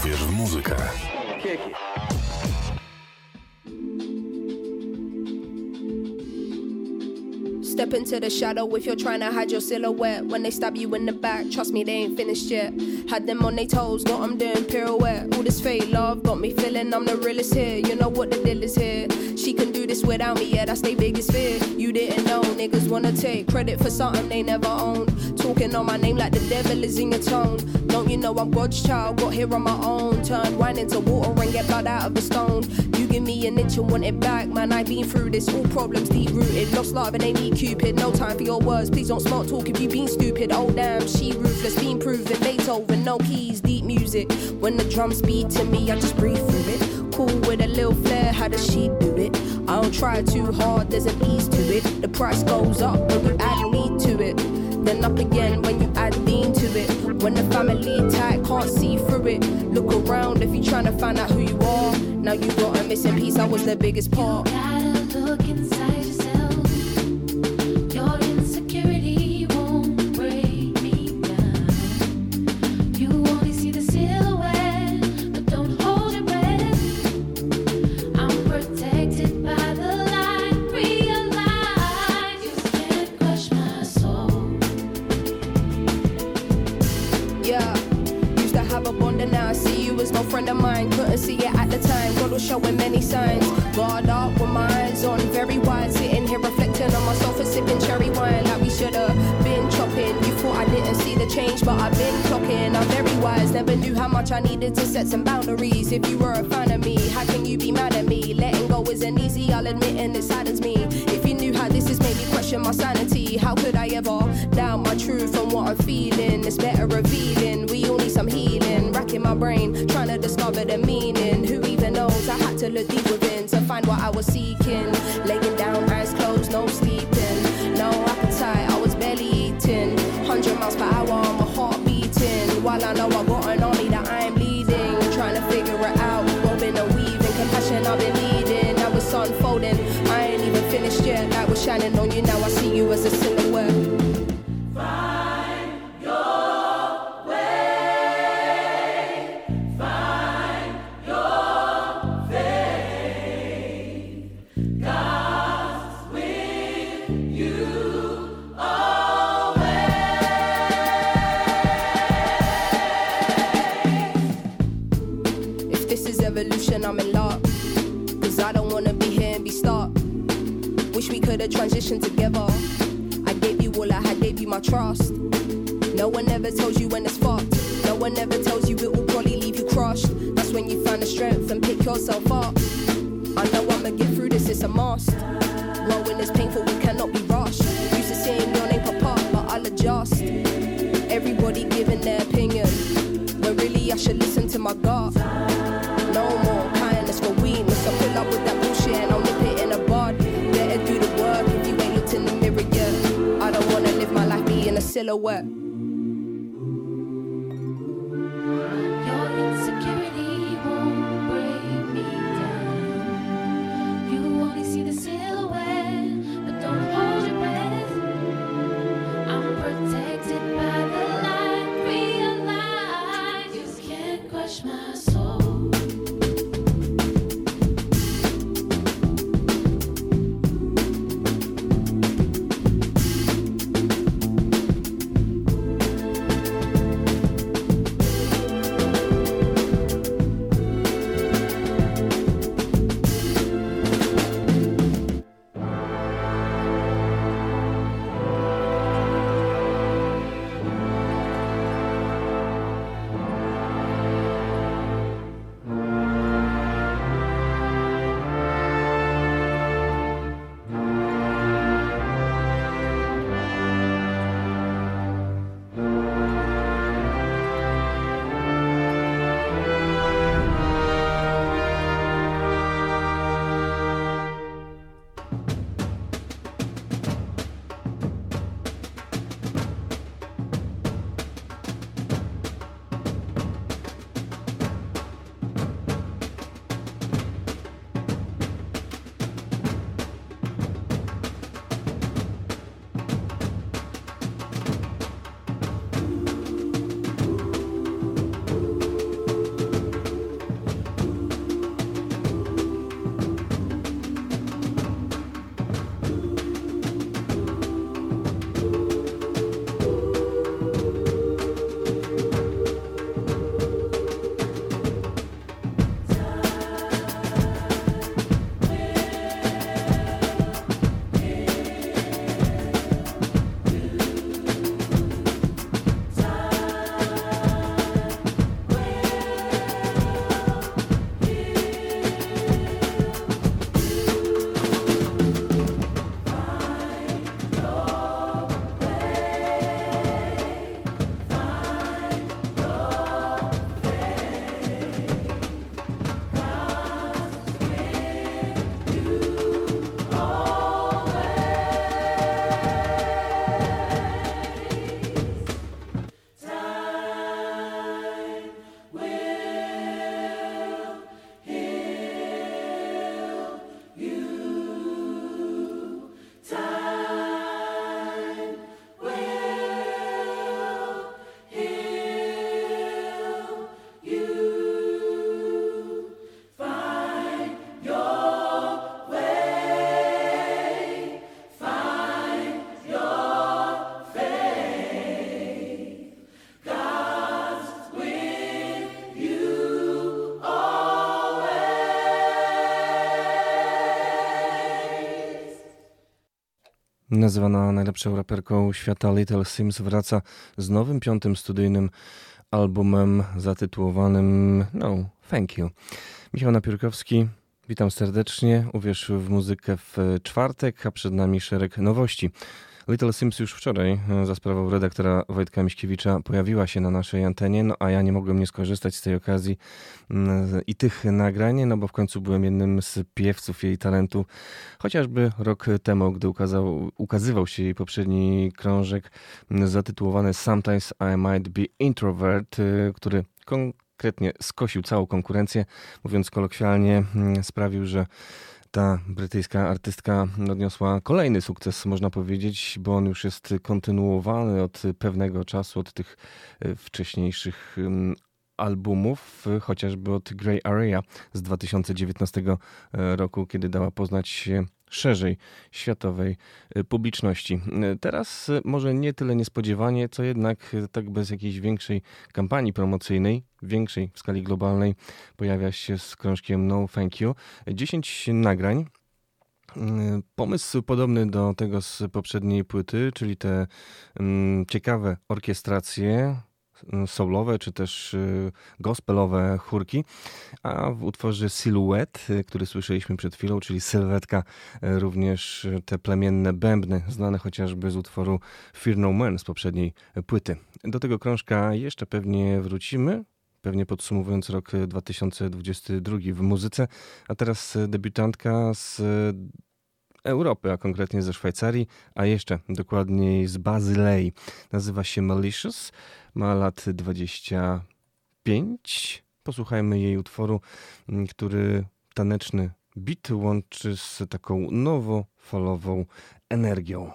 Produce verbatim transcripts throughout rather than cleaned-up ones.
Uwierz w muzykę. Step into the shadow if you're trying to hide your silhouette. When they stab you in the back, trust me, they ain't finished yet. Had them on their toes, got them doing pirouette. All this fake love got me feeling I'm the realest here. You know what the deal is here. She can do this without me, yeah, that's their biggest fear. You didn't know, niggas wanna take credit for something they never owned. Talking on my name like the devil is in your tone. Don't you know I'm God's child, got here on my own. Turn wine into water and get blood out of a stone. You give me an inch and want it back, man, I've been through this. All problems deep rooted, lost love and they need Cupid. No time for your words, please don't smart talk if you been stupid. Oh damn, she ruthless, been proven. Beethoven, no keys, deep music. When the drums beat to me, I just breathe through it. Cool with a little flair, how does she do it? I don't try too hard, there's an ease to it. The price goes up when you add me to it. Then up again when you add Dean to it. When the family tight, can't see through it. Look around if you're trying to find out who you are. Now you got a missing piece, I was the biggest part. You gotta look inside yourself. Your insecurity won't break me down. You only see the silhouette, but don't hold your breath. I'm protected by the light. Realize you can't crush my soul. Yeah, used to have a bond and now I see you as no friend of mine. Couldn't see it at the time, God was showing many signs. Guard up with my eyes on, very wide. Sitting here reflecting on myself and sipping cherry wine. Like we should've been chopping. You thought I didn't see the change, but I've been clocking. I'm very wise, never knew how much I needed to set some boundaries. If you were a fan of me, how can you be mad at me? Letting go isn't easy, I'll admit, and it saddens me. If you knew how this has made me question my sanity, how could I ever doubt my truth and what I'm feeling? It's better revealing, we all need some healing. Racking my brain, trying to discover the meaning. Who even knows, I had to look deep within to find what I was seeking. Laying down, eyes closed, no sleeping. No appetite, I was barely eating. Hundred miles per hour, my heart beating. While I know I got an army that I'm leading. Trying to figure it out, bobbing and weaving. Compassion I've been needing, now it's unfolding. I ain't even finished yet, light was shining on you. Now I see you as a silhouette. I'm in luck, cause I don't wanna be here and be stuck. Wish we could've transitioned together. I gave you all I had, gave you my trust. No one ever tells you when it's fucked. No one ever tells you it will probably leave you crushed. That's when you find the strength and pick yourself up. I know I'ma get through this, it's a must. Growing is painful, we cannot be rushed. Used to seeing your name pop up, but I'll adjust. Everybody giving their opinion, when really I should listen to my gut. No more kindness for weakness. I pull up with that bullshit and I'll nip it in a bud. Better do the work if you ain't looked in the mirror yet. I don't wanna live my life being a silhouette. Your insecurity won't break me down. You only see the silhouette, but don't hold your breath. I'm protected by the light. Realize you can't crush my soul. nazywana najlepszą raperką świata Little Sims, wraca z nowym piątym studyjnym albumem zatytułowanym No, Thank You. Michał Napiórkowski, witam serdecznie. Uwierz w muzykę w czwartek, a przed nami szereg nowości. Little Sims już wczoraj za sprawą redaktora Wojtka Miśkiewicza pojawiła się na naszej antenie, no a ja nie mogłem nie skorzystać z tej okazji i tych nagrań, no bo w końcu byłem jednym z piewców jej talentu, chociażby rok temu, gdy ukazał, ukazywał się jej poprzedni krążek zatytułowany Sometimes I Might Be Introvert, który konkretnie skosił całą konkurencję, mówiąc kolokwialnie, sprawił, że ta brytyjska artystka odniosła kolejny sukces, można powiedzieć, bo on już jest kontynuowany od pewnego czasu, od tych wcześniejszych albumów, chociażby od Grey Area z dwa tysiące dziewiętnastego roku, kiedy dała poznać się szerzej światowej publiczności. Teraz może nie tyle niespodziewanie, co jednak tak bez jakiejś większej kampanii promocyjnej, większej w skali globalnej, pojawia się z krążkiem No Thank You. dziesięć nagrań. Pomysł podobny do tego z poprzedniej płyty, czyli te um, ciekawe orkiestracje soulowe czy też gospelowe chórki, a w utworze Silhouette, który słyszeliśmy przed chwilą, czyli sylwetka, również te plemienne bębny, znane chociażby z utworu Fear No Man z poprzedniej płyty. Do tego krążka jeszcze pewnie wrócimy, pewnie podsumowując rok dwa tysiące dwudziesty drugi w muzyce, a teraz debiutantka z Europy, a konkretnie ze Szwajcarii, a jeszcze dokładniej z Bazylei. Nazywa się Malicious, ma lat dwadzieścia pięć. Posłuchajmy jej utworu, który taneczny beat łączy z taką nowofalową energią.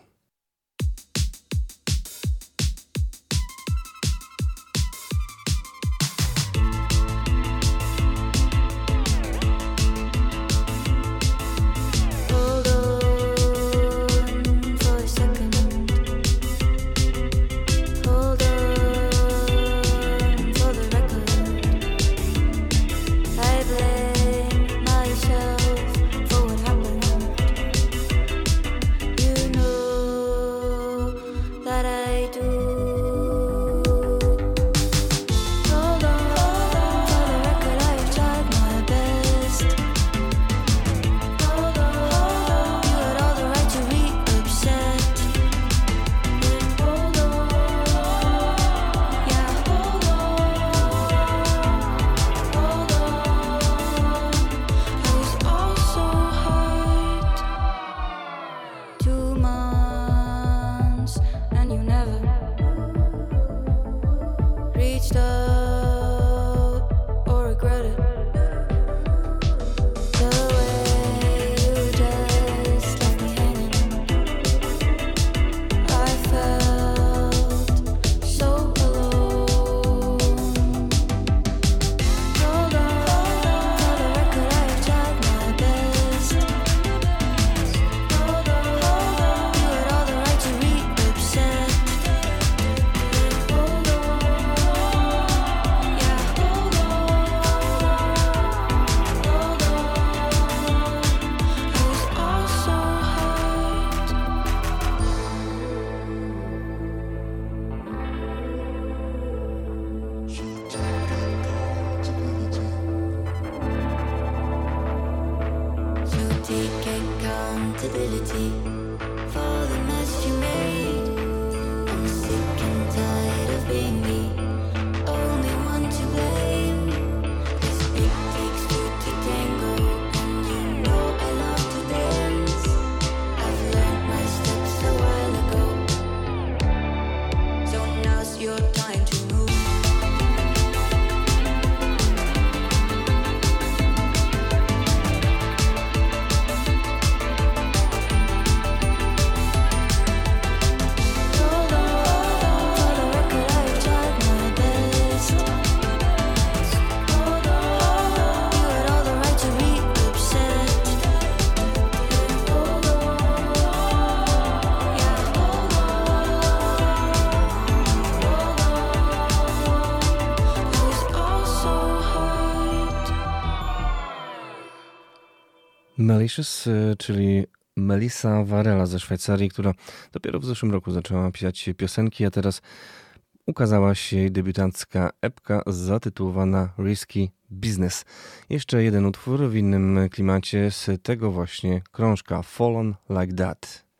Malicious, czyli Melissa Varela ze Szwajcarii, która dopiero w zeszłym roku zaczęła pisać piosenki, a teraz ukazała się jej debiutancka epka zatytułowana Risky Business. Jeszcze jeden utwór w innym klimacie z tego właśnie krążka Fallen Like That.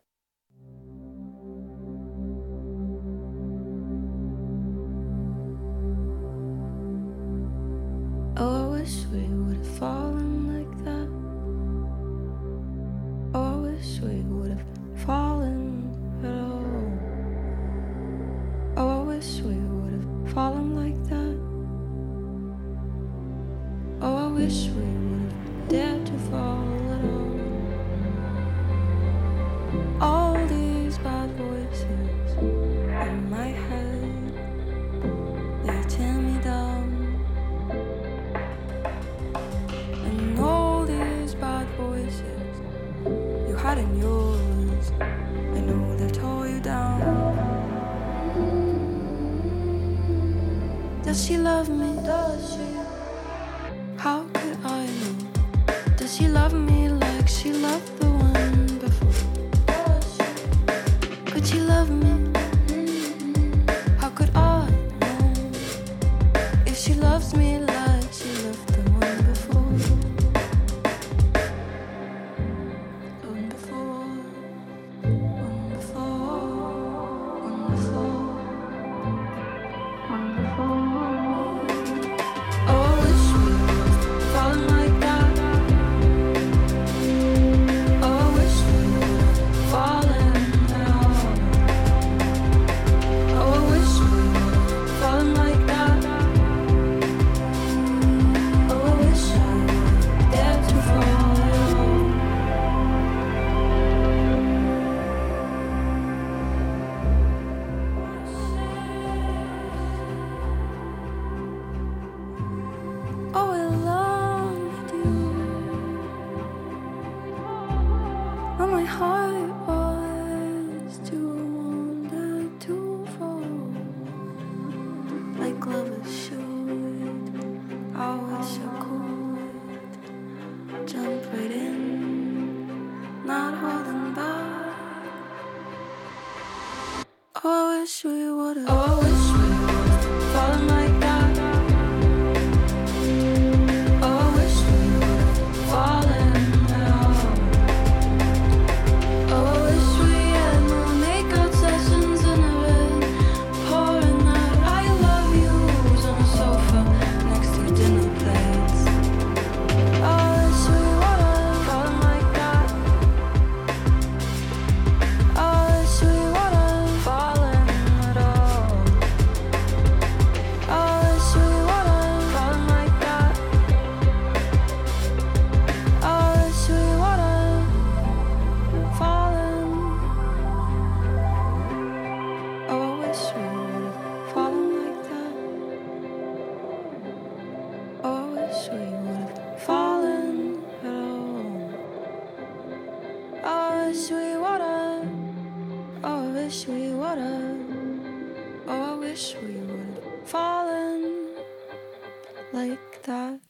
Oh, I wish we would have fallen like that. Oh, I wish we would have fallen at all. Oh, I wish we would have fallen like that. Oh, I wish we would have dared to fall at all. All these bad voices in my head, they tear me down. And all these bad voices you had in yours, I know they tore you down. Does she love me? Does she? How could I know? Does she love me like she loved the one before? Does she? Could she love me? How could I know if she loves me like she loved the one before? One before, one before, one before, one before. Oh, I wish we would have fallen like that. Oh, I wish we would have fallen at all. Oh, I wish we would have fallen like that. Oh, I wish I would dare to fall at all. Oh, I loved you. Oh, my heart was too wanted to fall. Like lovers should. I wish I could jump right in, not holding back. Oh, I wish we would've. Oh, I wish we would've fallen like that. Oh, I wish we would've fallen at all. Oh, I wish we had more makeout sessions in a bed, pouring out I love yous on a sofa next to dinner plates. Oh, I wish we would've fallen like that. Oh, I wish we would've fallen at all. Oh, I wish we would've fallen like that. Oh, I wish we would've fallen. Oh, I wish we would've fallen like that. Oh, I wish we would've fallen at all. Oh, I wish we would've. Oh, I wish we would've. Oh, I wish we would've fallen like that.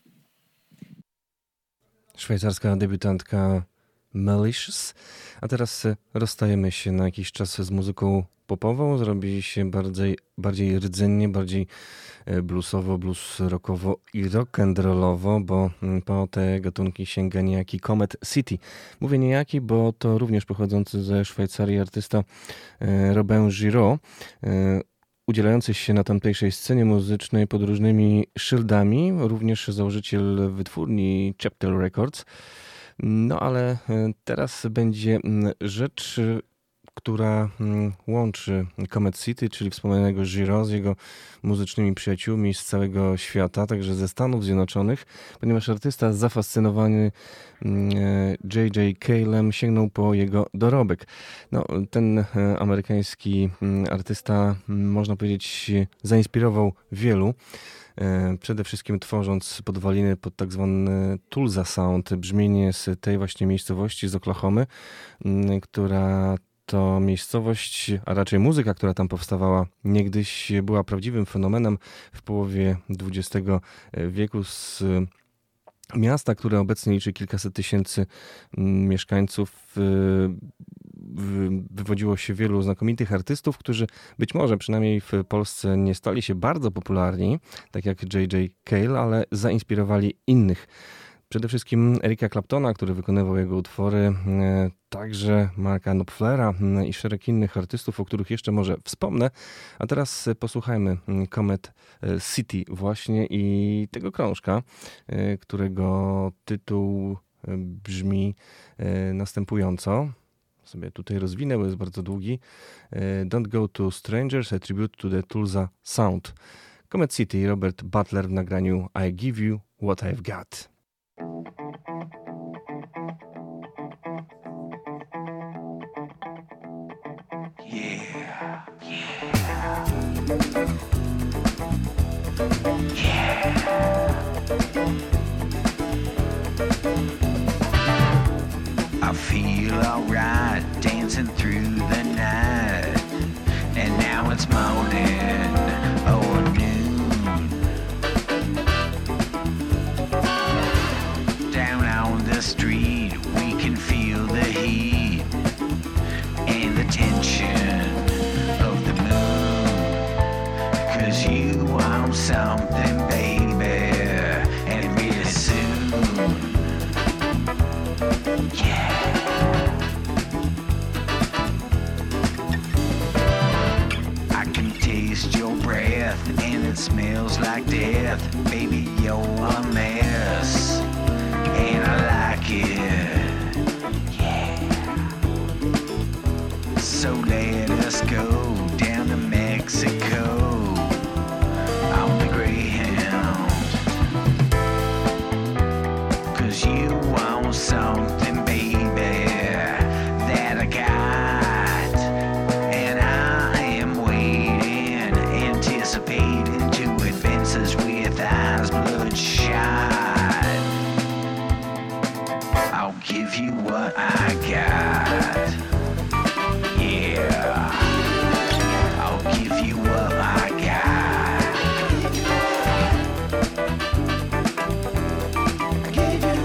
Szwajcarska debiutantka Malicious. A teraz e, rozstajemy się na jakiś czas z muzyką popową. Zrobi się bardziej, bardziej rdzennie, bardziej e, bluesowo, blues rockowo i rock'n'rollowo, bo mm, po te gatunki sięga niejaki Comet City. Mówię niejaki, bo to również pochodzący ze Szwajcarii artysta e, Robin Giraud, e, udzielający się na tamtejszej scenie muzycznej pod różnymi szyldami, również założyciel wytwórni Chapter Records. No ale e, teraz będzie mm, rzecz, e, która mm, łączy Comet City, czyli wspomnianego Giraud, z jego muzycznymi przyjaciółmi z całego świata, także ze Stanów Zjednoczonych, ponieważ artysta zafascynowany mm, e, J J Calem sięgnął po jego dorobek. No, ten e, amerykański mm, artysta, mm, można powiedzieć, zainspirował wielu. E, Przede wszystkim tworząc podwaliny pod tak zwany Tulsa Sound, brzmienie z tej właśnie miejscowości z Oklahomy, m, która to miejscowość, a raczej muzyka, która tam powstawała, niegdyś była prawdziwym fenomenem w połowie dwudziestego wieku z miasta, które obecnie liczy kilkaset tysięcy mieszkańców, wywodziło się wielu znakomitych artystów, którzy być może przynajmniej w Polsce nie stali się bardzo popularni, tak jak J J Cale, ale zainspirowali innych. Przede wszystkim Erika Claptona, który wykonywał jego utwory, także Marka Knopflera i szereg innych artystów, o których jeszcze może wspomnę. A teraz posłuchajmy Comet City właśnie i tego krążka, którego tytuł brzmi następująco. Sobie tutaj rozwinę, bo jest bardzo długi. Don't Go to Strangers, a tribute to the Tulsa Sound. Comet City, Robert Butler w nagraniu I Give You What I've Got. Yeah, yeah, yeah. I feel alright dancing through the night, and now it's morning, oh noon. Down on the street we can feel the heat and the tension of the moon, 'cause you want something, baby, and really soon. Yeah. I can taste your breath and it smells like death. Baby, you're a mess and I like it. Yeah. So let us go down to Mexico on the Greyhound, 'cause you want something, baby, that I got, and I am waiting, anticipating to advances with eyes bloodshot. I'll give you what I got. Yeah, I'll give you what I got. I give you,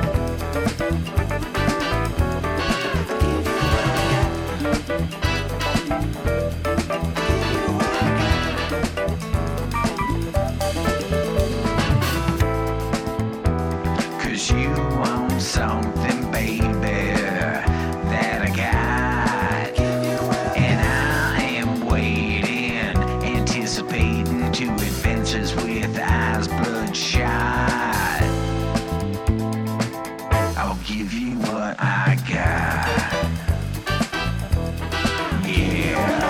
give you what I got. Give you what I got. 'Cause you want something, baby, that I got, and I am waiting, anticipating to adventures with eyes bloodshot. I'll give you what I got. Yeah,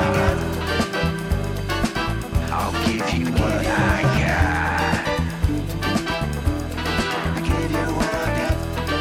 I'll give you what I got. I give you what I got.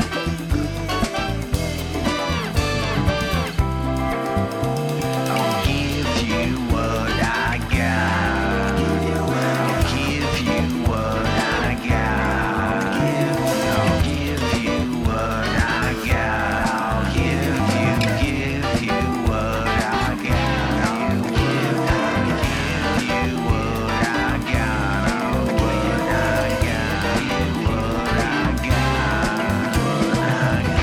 I'll give you what I got. I'll give you what I got. I'll give you what I got. I'll give you, give you what I got. I'll give, I'll give you what I got. Oh, what I got. What I got. What I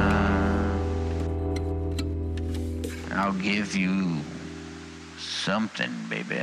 got. I'll give you something, baby.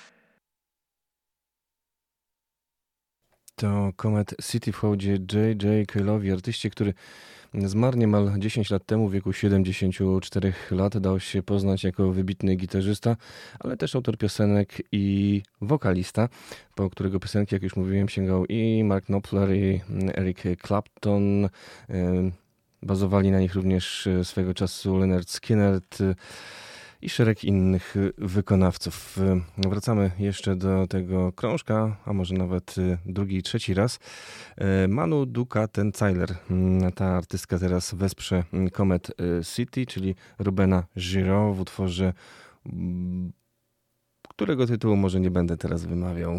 To Comet City w hołdzie J J Cale'owi, artyście, który zmarł niemal dziesięć lat temu, w wieku siedemdziesięciu czterech lat. Dał się poznać jako wybitny gitarzysta, ale też autor piosenek i wokalista, po którego piosenki, jak już mówiłem, sięgał i Mark Knopfler, i Eric Clapton. Bazowali na nich również swego czasu Lynyrd Skynyrd i szereg innych wykonawców. Wracamy jeszcze do tego krążka, a może nawet drugi i trzeci raz. Manu Dukaten-Zeiler, ta artystka teraz wesprze Comet City, czyli Rubena Giraud w utworze, którego tytułu może nie będę teraz wymawiał.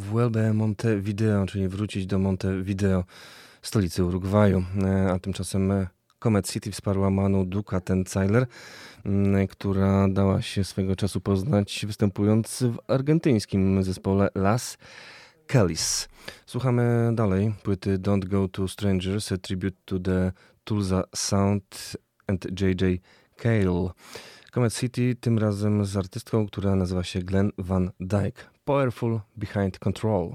Vuelve Montevideo, czyli wrócić do Montevideo, stolicy Urugwaju. A tymczasem Comet City wsparła Manu Ducatenseiler, która dała się swego czasu poznać występując w argentyńskim zespole Las Kellys. Słuchamy dalej płyty Don't Go to Strangers, a tribute to the Tulsa Sound and J J Cale. Comet City tym razem z artystką, która nazywa się Glenn Van Dyke. Powerful Behind Control.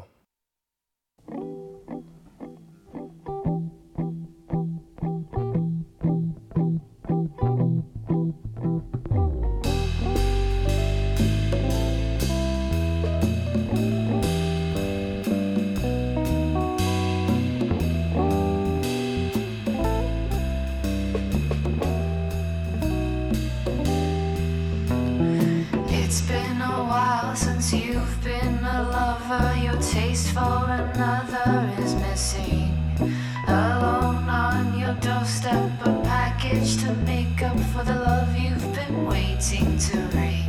You've been a lover, your taste for another is missing. Alone on your doorstep, a package to make up for the love you've been waiting to ring.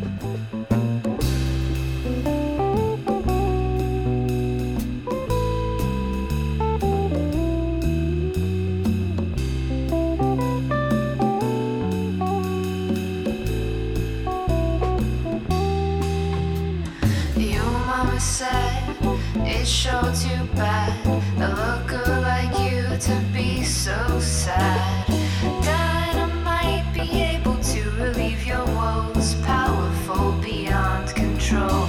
It showed too bad, a looker like you to be so sad. Dynamite be able to relieve your woes, powerful beyond control.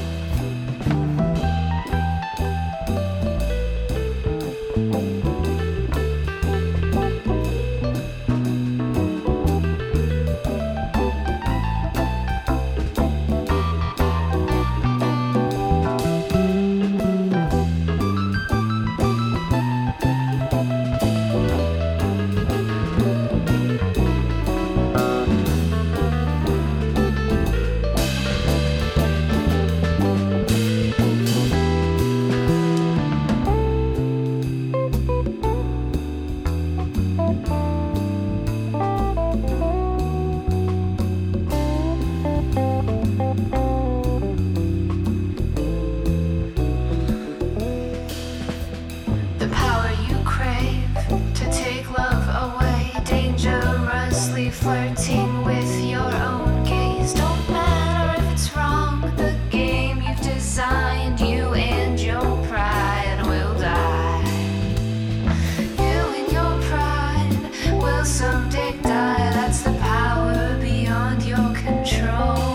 Flirting with your own gaze. Don't matter if it's wrong. The game you've designed, you and your pride will die. You and your pride will someday die. That's the power beyond your control.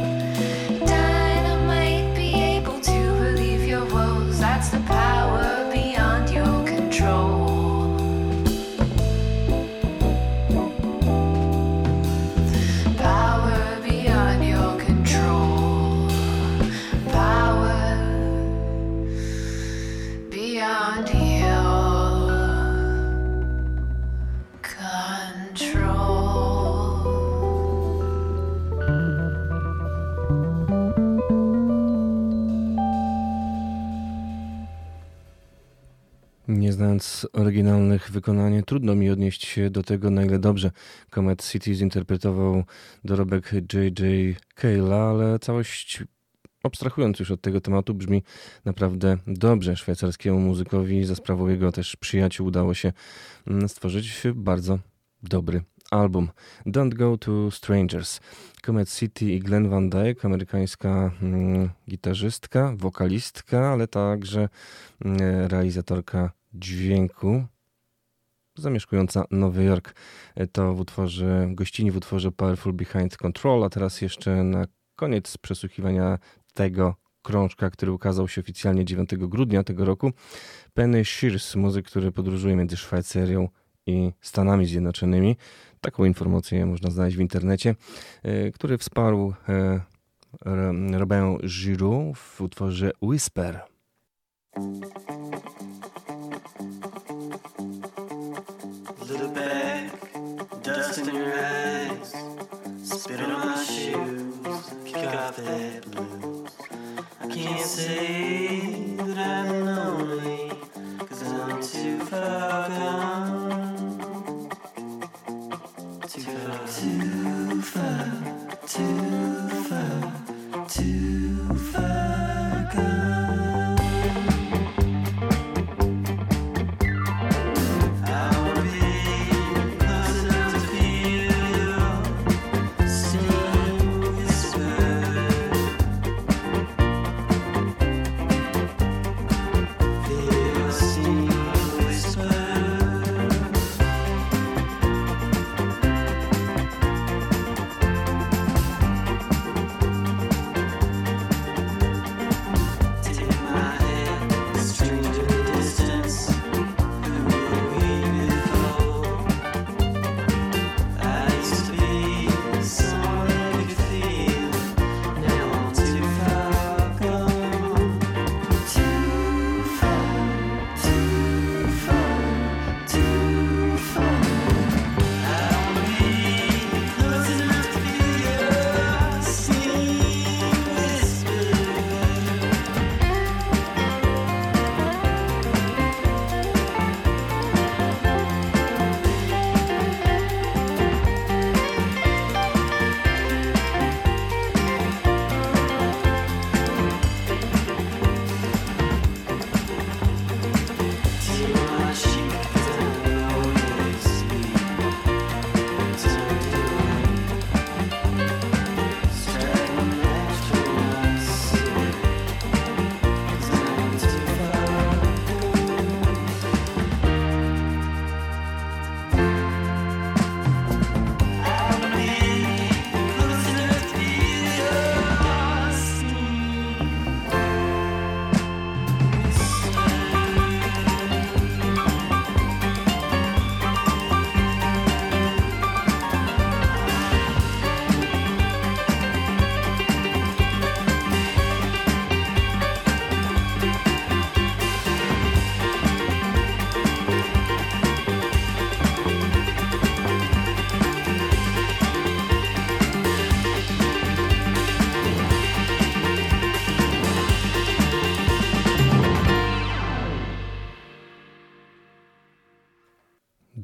Dynamite be able to relieve your woes. That's the power beyond your control. Nie znając oryginalnych wykonań, trudno mi odnieść się do tego, na ile dobrze Comet City zinterpretował dorobek J J Cale'a, ale całość, abstrahując już od tego tematu, brzmi naprawdę dobrze. Szwajcarskiemu muzykowi za sprawą jego też przyjaciół udało się stworzyć bardzo dobry album. Don't Go to Strangers. Comet City i Glenn Van Dyke, amerykańska mm, gitarzystka, wokalistka, ale także mm, realizatorka dźwięku, zamieszkująca Nowy Jork. To w utworze, gościni w utworze Powerful Behind Control, a teraz jeszcze na koniec przesłuchiwania tego krążka, który ukazał się oficjalnie dziewiątego grudnia tego roku. Penny Shears, muzyk, który podróżuje między Szwajcarią i Stanami Zjednoczonymi. Taką informację można znaleźć w internecie, który wsparł Robin Giroux w utworze Whisper. Little bag, dust in your eyes, spit on my shoes, kick off that blues. I can't say that I'm lonely, 'cause I'm too far gone. Too far, too far, too far, too far gone.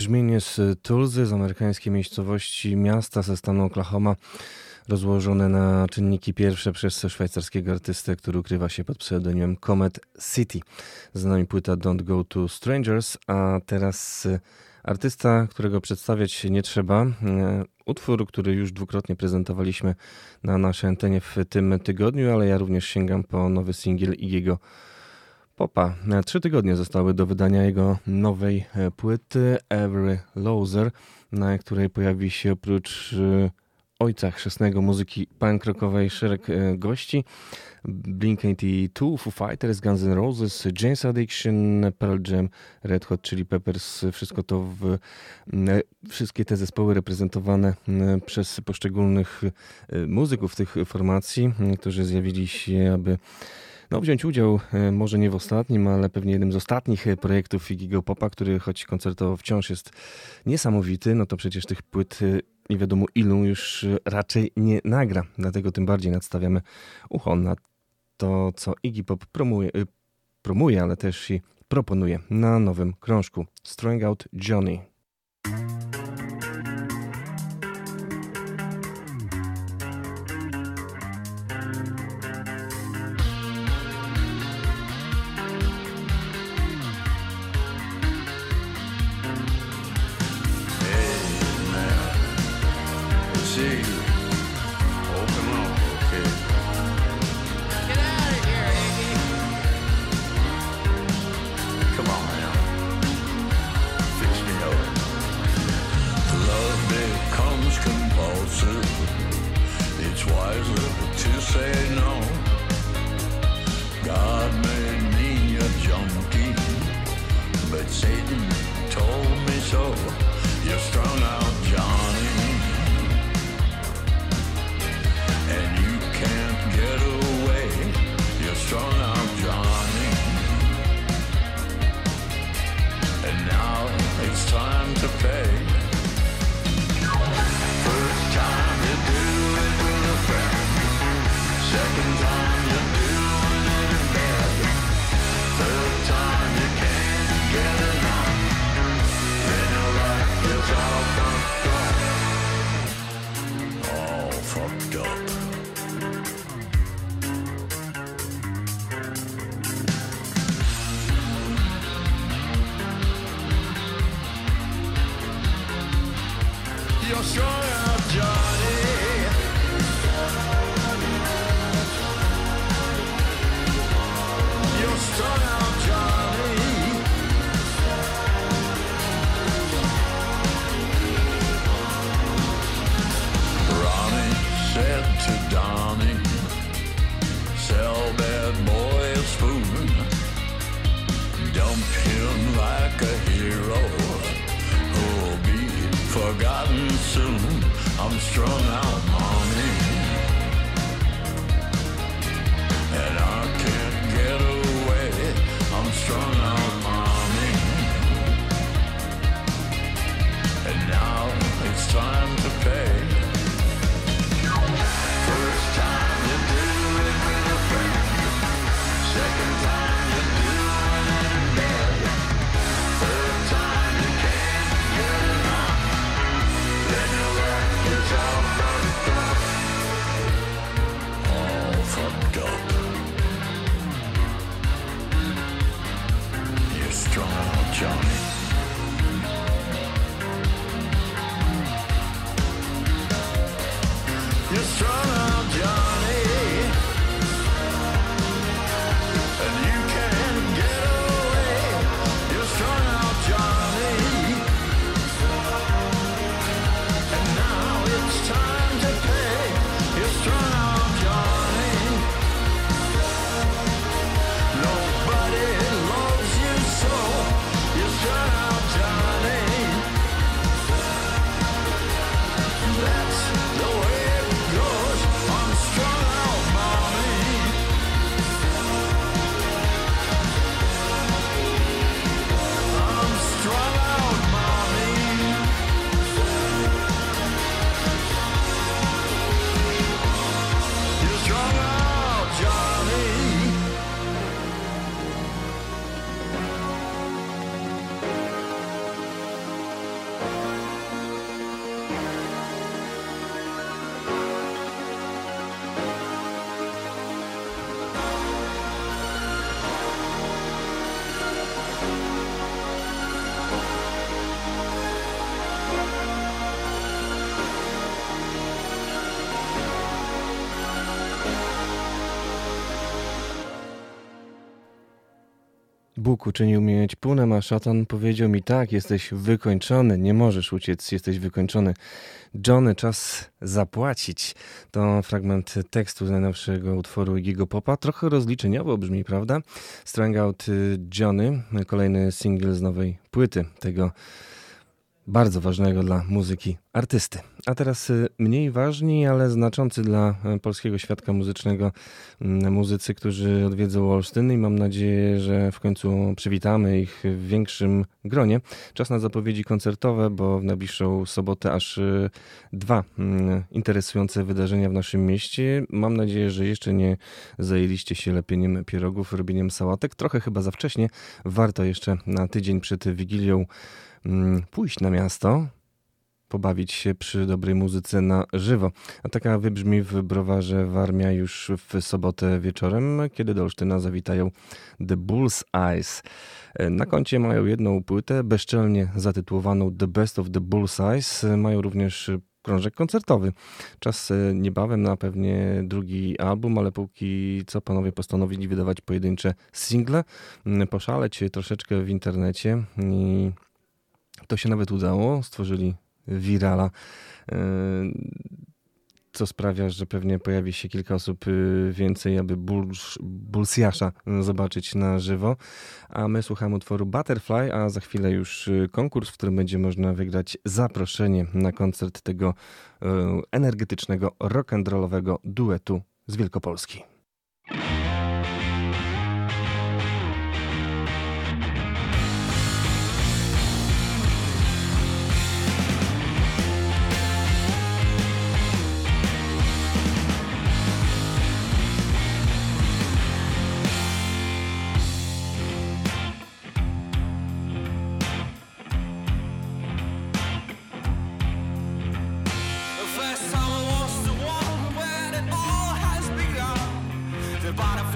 brzmienie z Tulsy, z amerykańskiej miejscowości, miasta ze stanu Oklahoma, rozłożone na czynniki pierwsze przez szwajcarskiego artystę, który ukrywa się pod pseudonimem Comet City. Za nami płyta Don't Go to Strangers, a teraz artysta, którego przedstawiać nie trzeba. Utwór, który już dwukrotnie prezentowaliśmy na naszej antenie w tym tygodniu, ale ja również sięgam po nowy singiel Iggy'ego Popa. Trzy tygodnie zostały do wydania jego nowej płyty Every Loser, na której pojawi się oprócz ojca chrzestnego muzyki punk rockowej szereg gości: Blink sto osieemdziesiąt dwa, Foo Fighters, Guns N' Roses, Jane's Addiction, Pearl Jam, Red Hot Chili Peppers. Wszystko to w, wszystkie te zespoły reprezentowane przez poszczególnych muzyków tych formacji, którzy zjawili się, aby no, wziąć udział, może nie w ostatnim, ale pewnie jednym z ostatnich projektów Iggy'ego Popa, który choć koncertowo wciąż jest niesamowity, no to przecież tych płyt nie wiadomo ilu już raczej nie nagra. Dlatego tym bardziej nadstawiamy ucho na to, co Iggy Pop promuje, promuje, ale też i proponuje na nowym krążku Strung Out Johnny. Bóg uczynił mnie ćpunem, a szatan powiedział mi tak, jesteś wykończony, nie możesz uciec, jesteś wykończony. Johnny, czas zapłacić. To fragment tekstu z najnowszego utworu Iggy'ego Popa. Trochę rozliczeniowo brzmi, prawda? Strung Out Johnny, kolejny singiel z nowej płyty tego bardzo ważnego dla muzyki artysty. A teraz mniej ważni, ale znaczący dla polskiego świadka muzycznego muzycy, którzy odwiedzą Olsztyn i mam nadzieję, że w końcu przywitamy ich w większym gronie. Czas na zapowiedzi koncertowe, bo w najbliższą sobotę aż dwa interesujące wydarzenia w naszym mieście. Mam nadzieję, że jeszcze nie zajęliście się lepieniem pierogów, robieniem sałatek. Trochę chyba za wcześnie. Warto jeszcze na tydzień przed Wigilią pójść na miasto, pobawić się przy dobrej muzyce na żywo. A taka wybrzmi w Browarze Warmia już w sobotę wieczorem, kiedy do Olsztyna zawitają The Bull's Eyes. Na koncie mają jedną płytę, bezczelnie zatytułowaną The Best of the Bull's Eyes. Mają również krążek koncertowy. Czas niebawem na pewnie drugi album, ale póki co panowie postanowili wydawać pojedyncze single, poszaleć troszeczkę w internecie i to się nawet udało, stworzyli wirala, co sprawia, że pewnie pojawi się kilka osób więcej, aby Bullsjasza zobaczyć na żywo. A my słuchamy utworu Butterfly, a za chwilę już konkurs, w którym będzie można wygrać zaproszenie na koncert tego energetycznego, rock'n'rollowego duetu z Wielkopolski. Bottom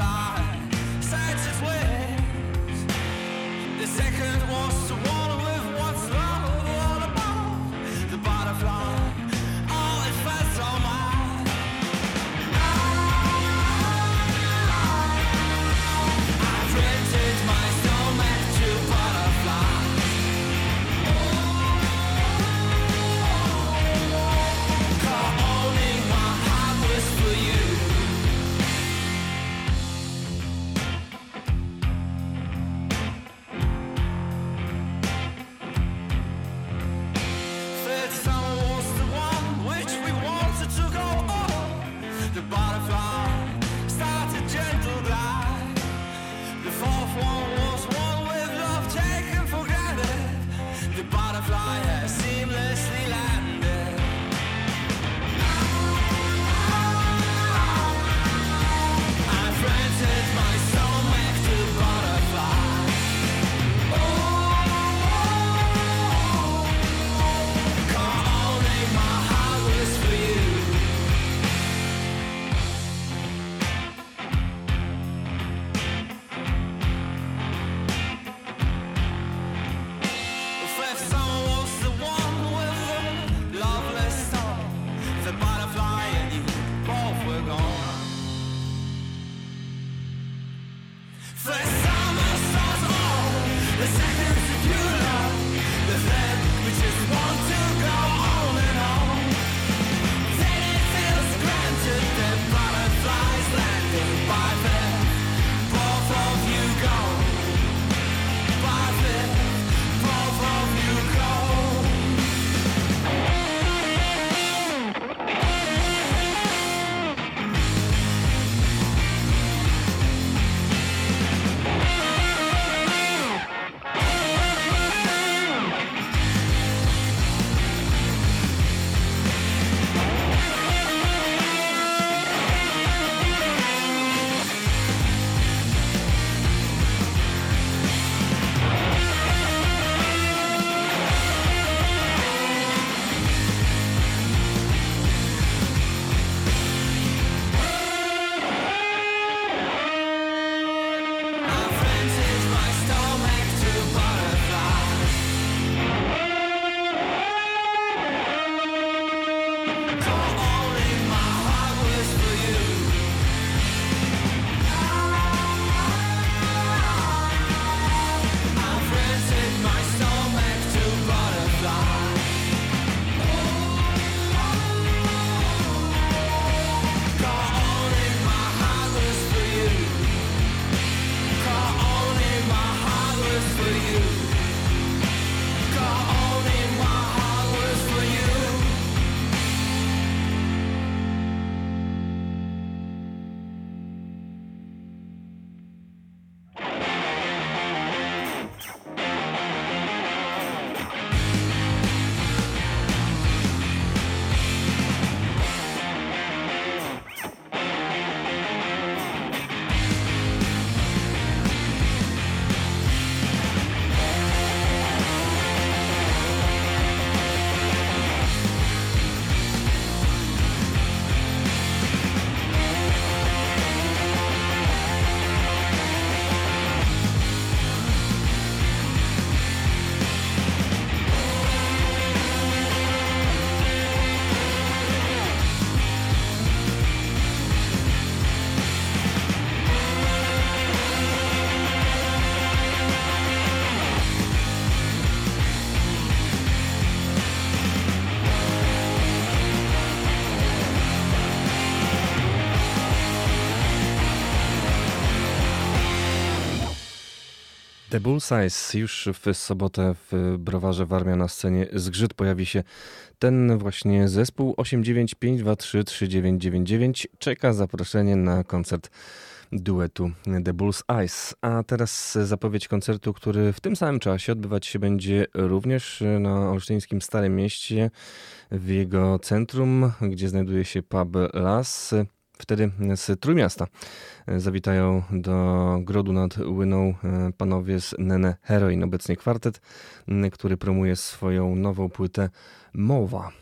The Bullseyes. Już w sobotę w Browarze Warmia na scenie Zgrzyt pojawi się ten właśnie zespół. osiem dziewięć pięć dwa trzy trzy dziewięć dziewięć dziewięć czeka zaproszenie na koncert duetu The Bullseyes. A teraz zapowiedź koncertu, który w tym samym czasie odbywać się będzie również na olsztyńskim Starym Mieście, w jego centrum, gdzie znajduje się pub Las. Wtedy z Trójmiasta zawitają do Grodu nad Łyną panowie z Nene Heroin, obecnie kwartet, który promuje swoją nową płytę Mowa.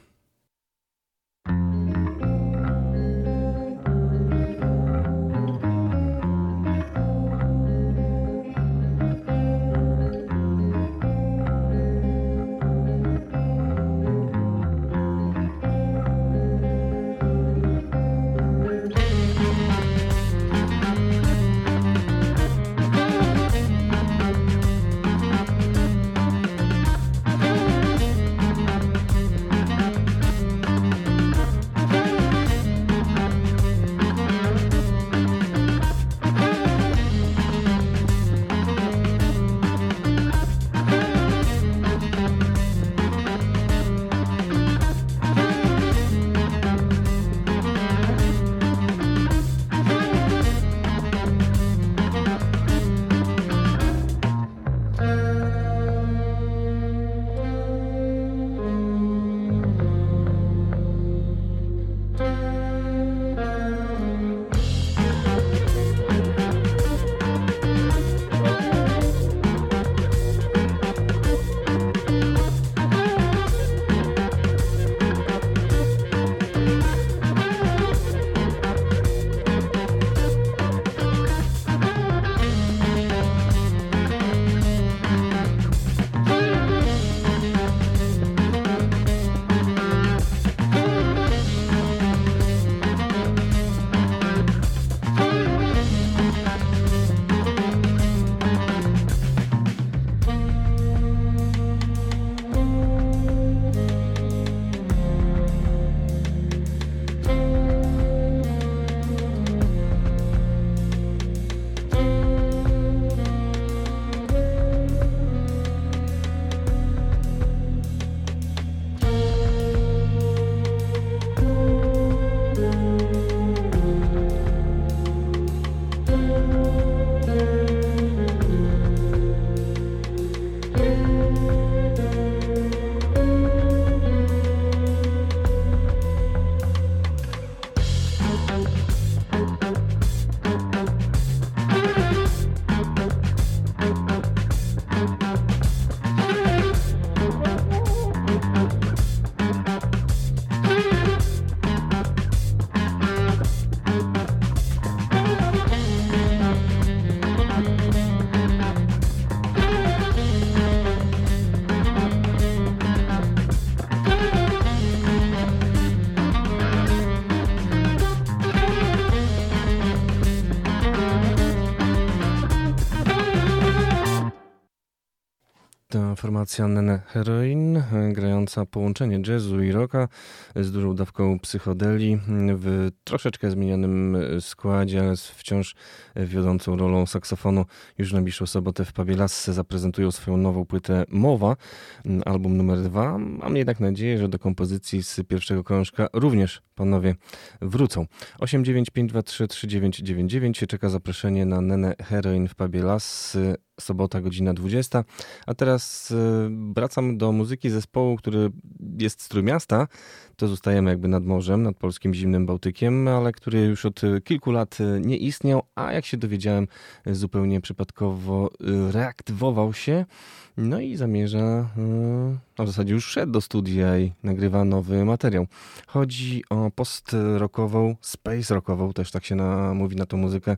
To formacja Nene Heroin, grająca połączenie jazzu i rocka z dużą dawką psychodelii w troszeczkę zmienionym składzie, ale z wciąż wiodącą rolą saksofonu. Już w najbliższą sobotę w pubie Las zaprezentują swoją nową płytę Mowa, album numer dwa. Mam jednak nadzieję, że do kompozycji z pierwszego krążka również panowie wrócą. osiem dziewięć pięć dwa trzy trzy dziewięć dziewięć dziewięć czeka zaproszenie na Nene Heroin w pubie Las. Sobota, godzina dwudziesta. A teraz wracam do muzyki zespołu, który jest z Trójmiasta. To zostajemy jakby nad morzem, nad polskim zimnym Bałtykiem, ale który już od kilku lat nie istniał, a jak się dowiedziałem, zupełnie przypadkowo reaktywował się. No i zamierza, a w zasadzie już szedł do studia i nagrywa nowy materiał. Chodzi o post-rockową, space rockową, też tak się na, mówi na tą muzykę,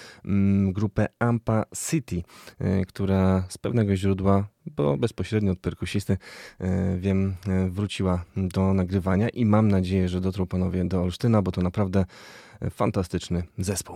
grupę Ampa City, która z pewnego źródła, bo bezpośrednio od perkusisty, wiem, wróciła do nagrywania i mam nadzieję, że dotrą panowie do Olsztyna, bo to naprawdę fantastyczny zespół.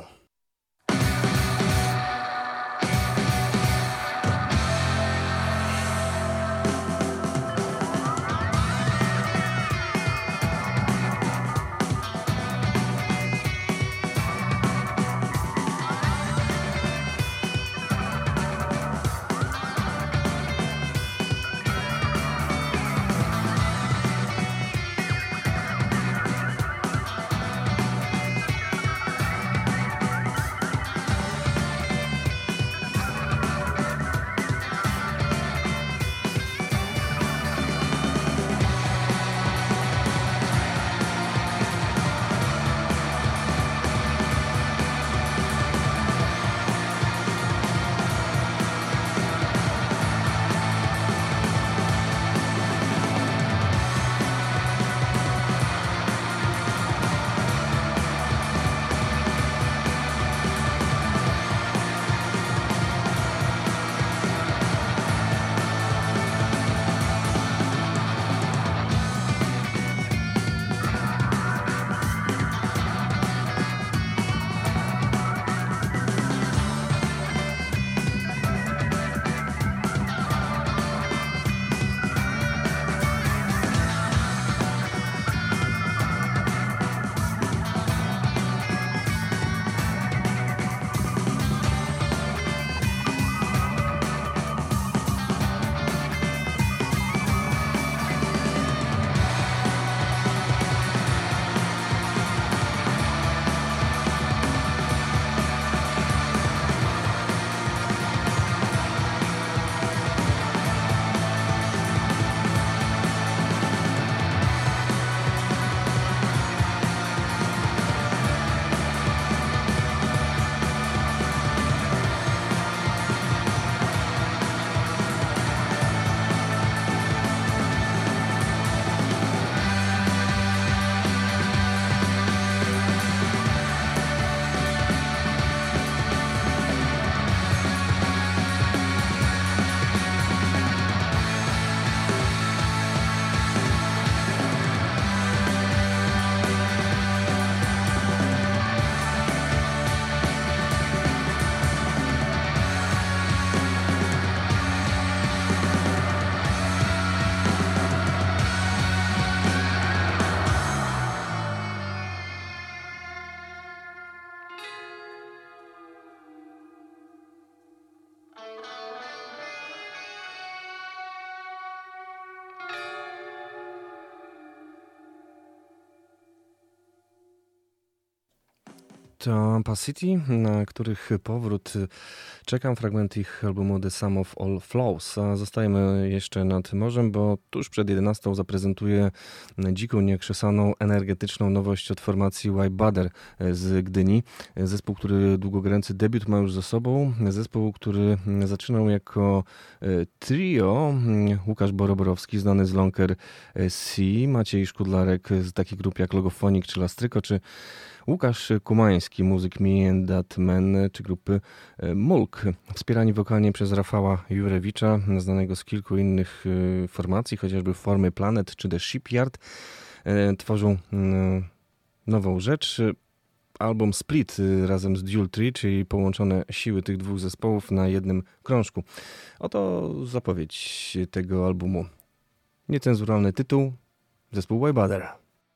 to Ampacity, na których powrót czekam. Fragment ich albumu The Sum of All Flaws. A zostajemy jeszcze nad morzem, bo tuż przed jedenastą zaprezentuję dziką, niekrzesaną, energetyczną nowość od formacji White Butter z Gdyni. Zespół, który długogręcy debiut ma już za sobą. Zespół, który zaczynał jako trio. Łukasz Boroborowski, znany z Lonker C, Maciej Szkudlarek z takich grup jak Logofonik czy Lastryko, czy Łukasz Kumański, muzyk Me and That Man, czy grupy Mulk. Wspierani wokalnie przez Rafała Jurewicza, znanego z kilku innych formacji, chociażby Formy Planet czy The Shipyard, tworzą nową rzecz. Album Split razem z Dual Tree, czyli połączone siły tych dwóch zespołów na jednym krążku. Oto zapowiedź tego albumu. Niecenzuralny tytuł, zespół White Butter.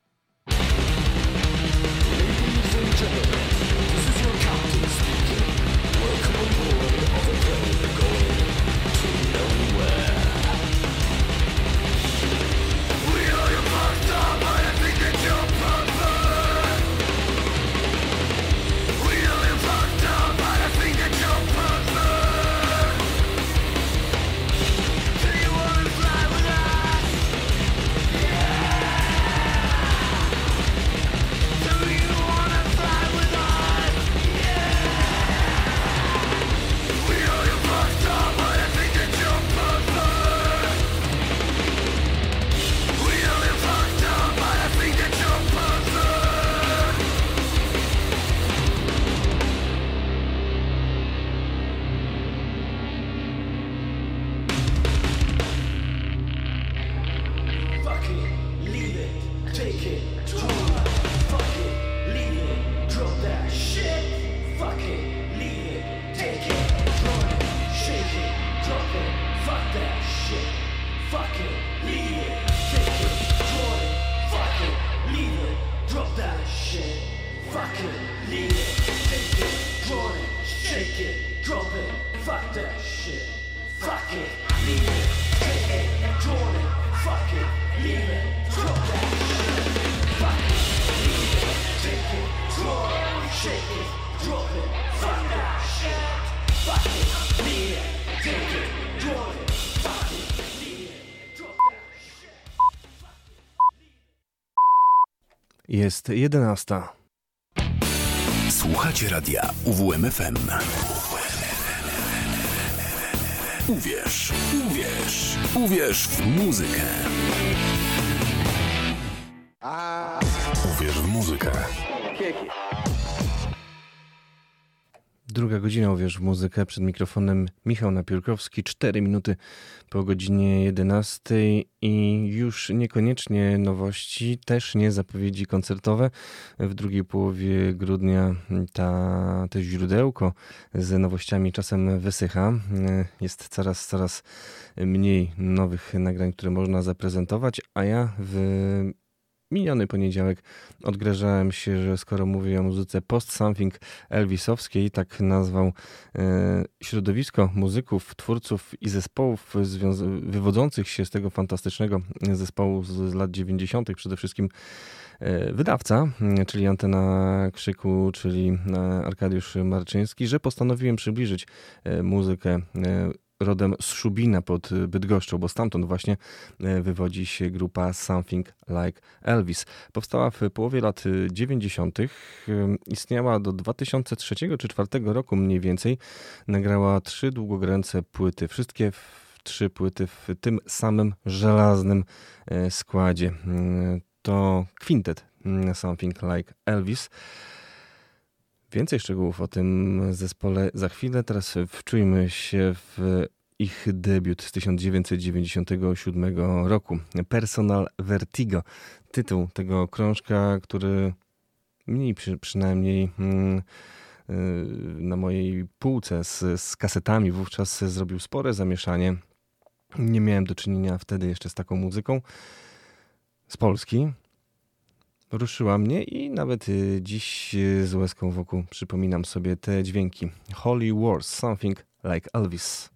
Jest jedenasta. Słuchacie radia U W M F M. Uwierz, uwierz, uwierz w muzykę. Uwierz w muzykę. Druga godzina, uwierz w muzykę. Przed mikrofonem Michał Napiórkowski. Cztery minuty po godzinie jedenastej i już niekoniecznie nowości, też nie zapowiedzi koncertowe. W drugiej połowie grudnia ta, to źródełko z nowościami czasem wysycha. Jest coraz, coraz mniej nowych nagrań, które można zaprezentować, a ja w miniony poniedziałek odgrażałem się, że skoro mówię o muzyce post-something elvisowskiej, tak nazwał e, środowisko muzyków, twórców i zespołów związa- wywodzących się z tego fantastycznego zespołu z, z lat dziewięćdziesiątych, przede wszystkim e, wydawca, czyli Antena Krzyku, czyli e, Arkadiusz Marczyński, że postanowiłem przybliżyć e, muzykę e, rodem z Szubina pod Bydgoszczą, bo stamtąd właśnie wywodzi się grupa Something Like Elvis. Powstała w połowie lat dziewięćdziesiątych. Istniała do dwa tysiące trzeciego czy dwa tysiące czwartego roku mniej więcej. Nagrała trzy długogręce płyty. Wszystkie trzy płyty w tym samym żelaznym składzie. To kwintet Something Like Elvis. Więcej szczegółów o tym zespole za chwilę. Teraz wczujmy się w ich debiut z tysiąc dziewięćset dziewięćdziesiątego siódmego roku. Personal Vertigo. Tytuł tego krążka, który mniej przy, przynajmniej mm, na mojej półce z, z kasetami wówczas zrobił spore zamieszanie. Nie miałem do czynienia wtedy jeszcze z taką muzyką z Polski. Ruszyła mnie i nawet dziś z łezką wokół przypominam sobie te dźwięki. Holy Wars, Something Like Elvis.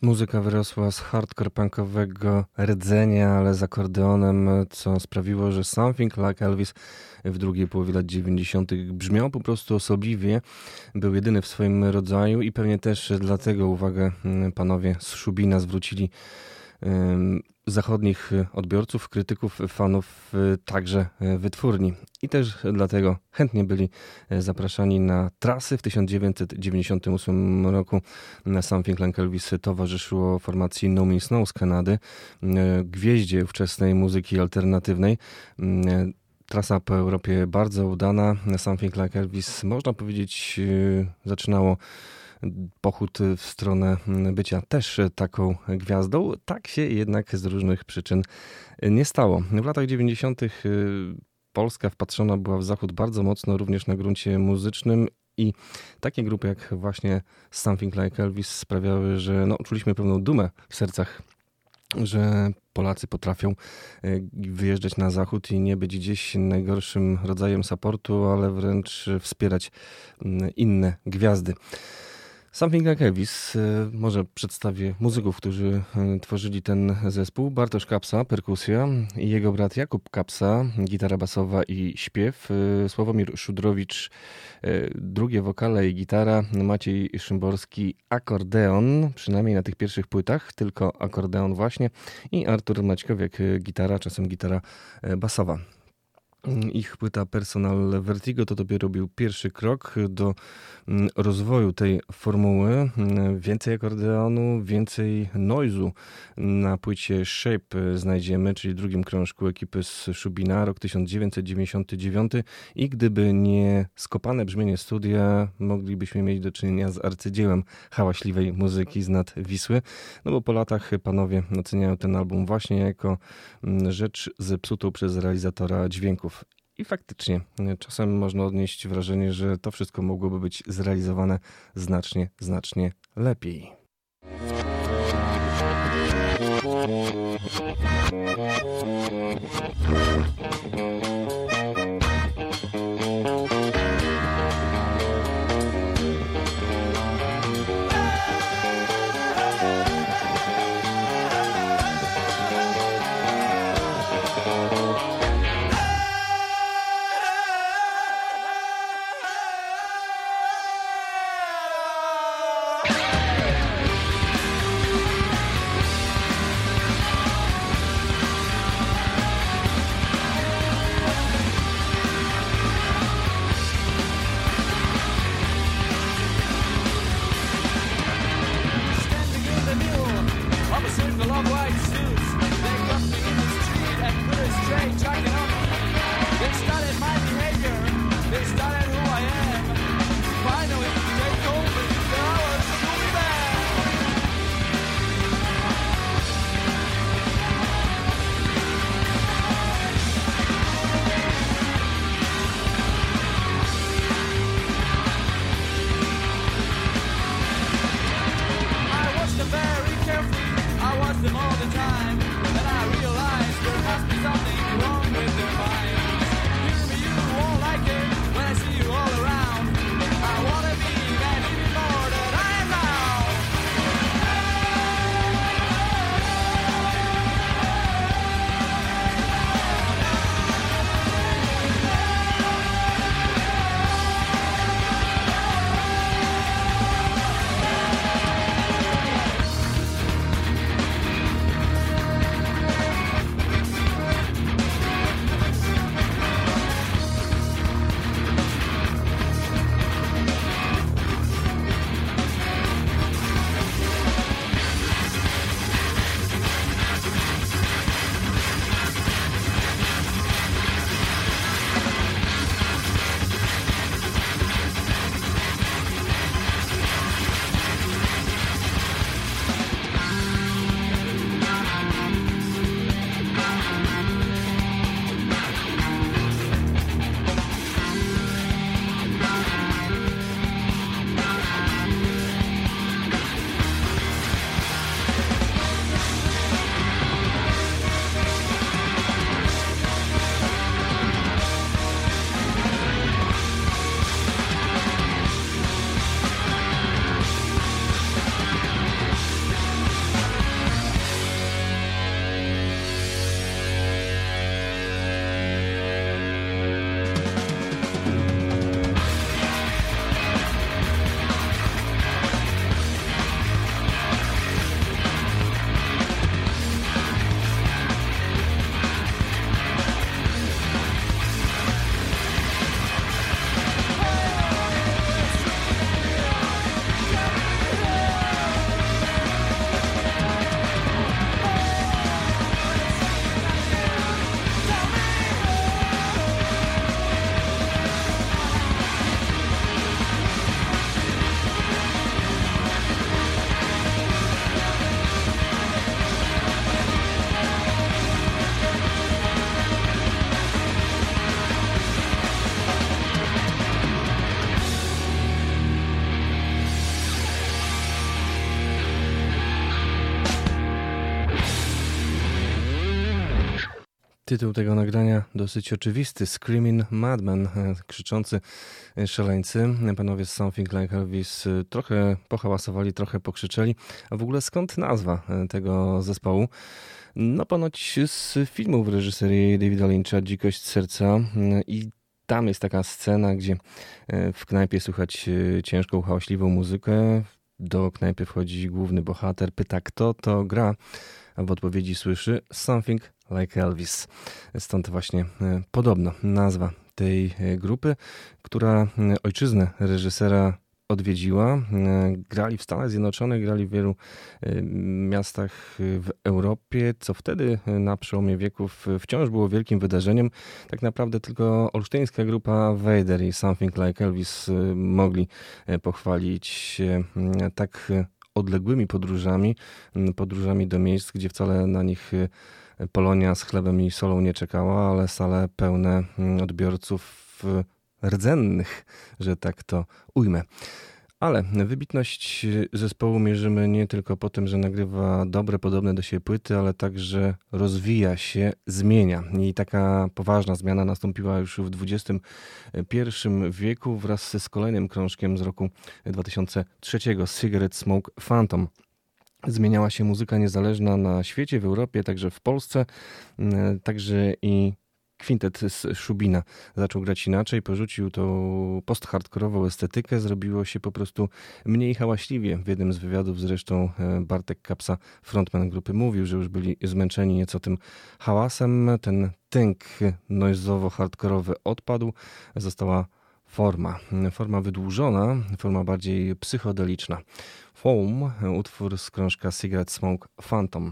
Muzyka wyrosła z hardcore punkowego rdzenia, ale z akordeonem, co sprawiło, że Something Like Elvis w drugiej połowie lat dziewięćdziesiątych brzmiał po prostu osobliwie. Był jedyny w swoim rodzaju i pewnie też dlatego uwagę panowie z Szubina zwrócili um, zachodnich odbiorców, krytyków, fanów, także wytwórni. I też dlatego chętnie byli zapraszani na trasy. W tysiąc dziewięćset dziewięćdziesiątym ósmym roku na Something Like Elvis towarzyszyło formacji No Means No z Kanady, gwieździe ówczesnej muzyki alternatywnej. Trasa po Europie bardzo udana. Something Like Elvis, można powiedzieć, zaczynało pochód w stronę bycia też taką gwiazdą. Tak się jednak z różnych przyczyn nie stało. W latach dziewięćdziesiątych Polska wpatrzona była w zachód bardzo mocno, również na gruncie muzycznym i takie grupy jak właśnie Something Like Elvis sprawiały, że no, czuliśmy pewną dumę w sercach, że Polacy potrafią wyjeżdżać na zachód i nie być gdzieś najgorszym rodzajem supportu, ale wręcz wspierać inne gwiazdy. Something Like Elvis, może przedstawię muzyków, którzy tworzyli ten zespół. Bartosz Kapsa, perkusja, i jego brat Jakub Kapsa, gitara basowa i śpiew, Sławomir Szudrowicz, drugie wokale i gitara, Maciej Szymborski, akordeon, przynajmniej na tych pierwszych płytach, tylko akordeon właśnie, i Artur Maćkowiak, gitara, czasem gitara basowa. Ich płyta Personal Vertigo to dopiero był pierwszy krok do rozwoju tej formuły. Więcej akordeonu, więcej noizu na płycie Shape znajdziemy, czyli drugim krążku ekipy z Szubina, rok tysiąc dziewięćset dziewięćdziesiąty dziewiąty, i gdyby nie skopane brzmienie studia, moglibyśmy mieć do czynienia z arcydziełem hałaśliwej muzyki z nad Wisły, no bo po latach panowie oceniają ten album właśnie jako rzecz zepsutą przez realizatora dźwięków. I faktycznie czasem można odnieść wrażenie, że to wszystko mogłoby być zrealizowane znacznie, znacznie lepiej. Tytuł tego nagrania dosyć oczywisty. Screaming Madman, krzyczący szaleńcy. Panowie z Something Like Elvis trochę pohałasowali, trochę pokrzyczeli. A w ogóle skąd nazwa tego zespołu? No ponoć z filmu w reżyserii Davida Lyncha Dzikość serca i tam jest taka scena, gdzie w knajpie słychać ciężką, hałaśliwą muzykę. Do knajpy wchodzi główny bohater, pyta kto to gra, a w odpowiedzi słyszy Something Like Elvis. Stąd właśnie podobno nazwa tej grupy, która ojczyznę reżysera odwiedziła. Grali w Stanach Zjednoczonych, grali w wielu miastach w Europie, co wtedy na przełomie wieków wciąż było wielkim wydarzeniem. Tak naprawdę tylko olsztyńska grupa Vader i Something Like Elvis mogli pochwalić się tak odległymi podróżami, podróżami do miejsc, gdzie wcale na nich Polonia z chlebem i solą nie czekała, ale sale pełne odbiorców rdzennych, że tak to ujmę. Ale wybitność zespołu mierzymy nie tylko po tym, że nagrywa dobre, podobne do siebie płyty, ale także rozwija się, zmienia. I taka poważna zmiana nastąpiła już w dwudziestym pierwszym wieku wraz z kolejnym krążkiem z roku dwa tysiące trzeciego, Cigarette Smoke Phantom. Zmieniała się muzyka niezależna na świecie, w Europie, także w Polsce, także i kwintet z Szubina zaczął grać inaczej, porzucił tą post-hardkorową estetykę, zrobiło się po prostu mniej hałaśliwie. W jednym z wywiadów zresztą Bartek Kapsa, frontman grupy, mówił, że już byli zmęczeni nieco tym hałasem. Ten tynk noizowo-hardkorowy odpadł, została forma. Forma wydłużona, forma bardziej psychodeliczna. Foam, utwór z krążka Cigarette Smoke Phantom.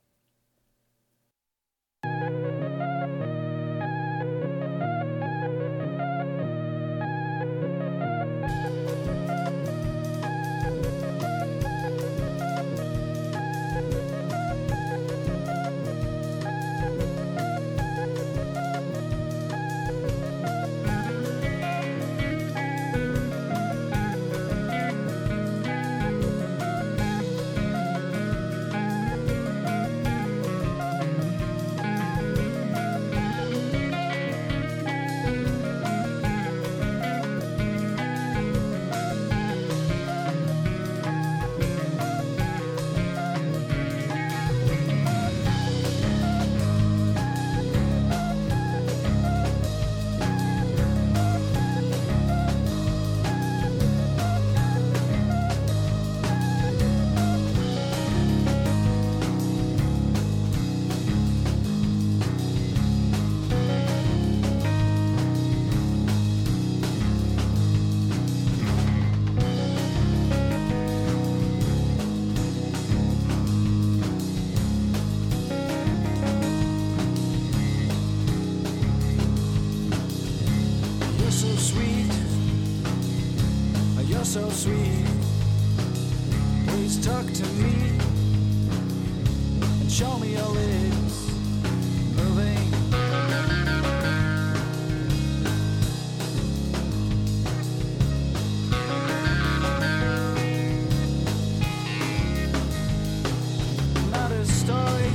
So sweet, please talk to me and show me your lips moving. Not a story,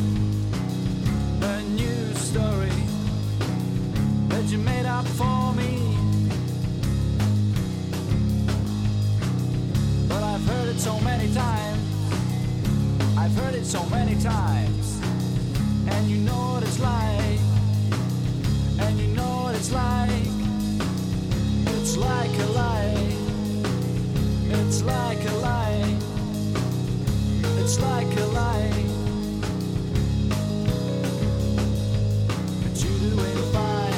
a new story that you made up for me. So many times, I've heard it so many times, and you know what it's like, and you know what it's like, it's like a lie, it's like a lie, it's like a lie, but you doing fine.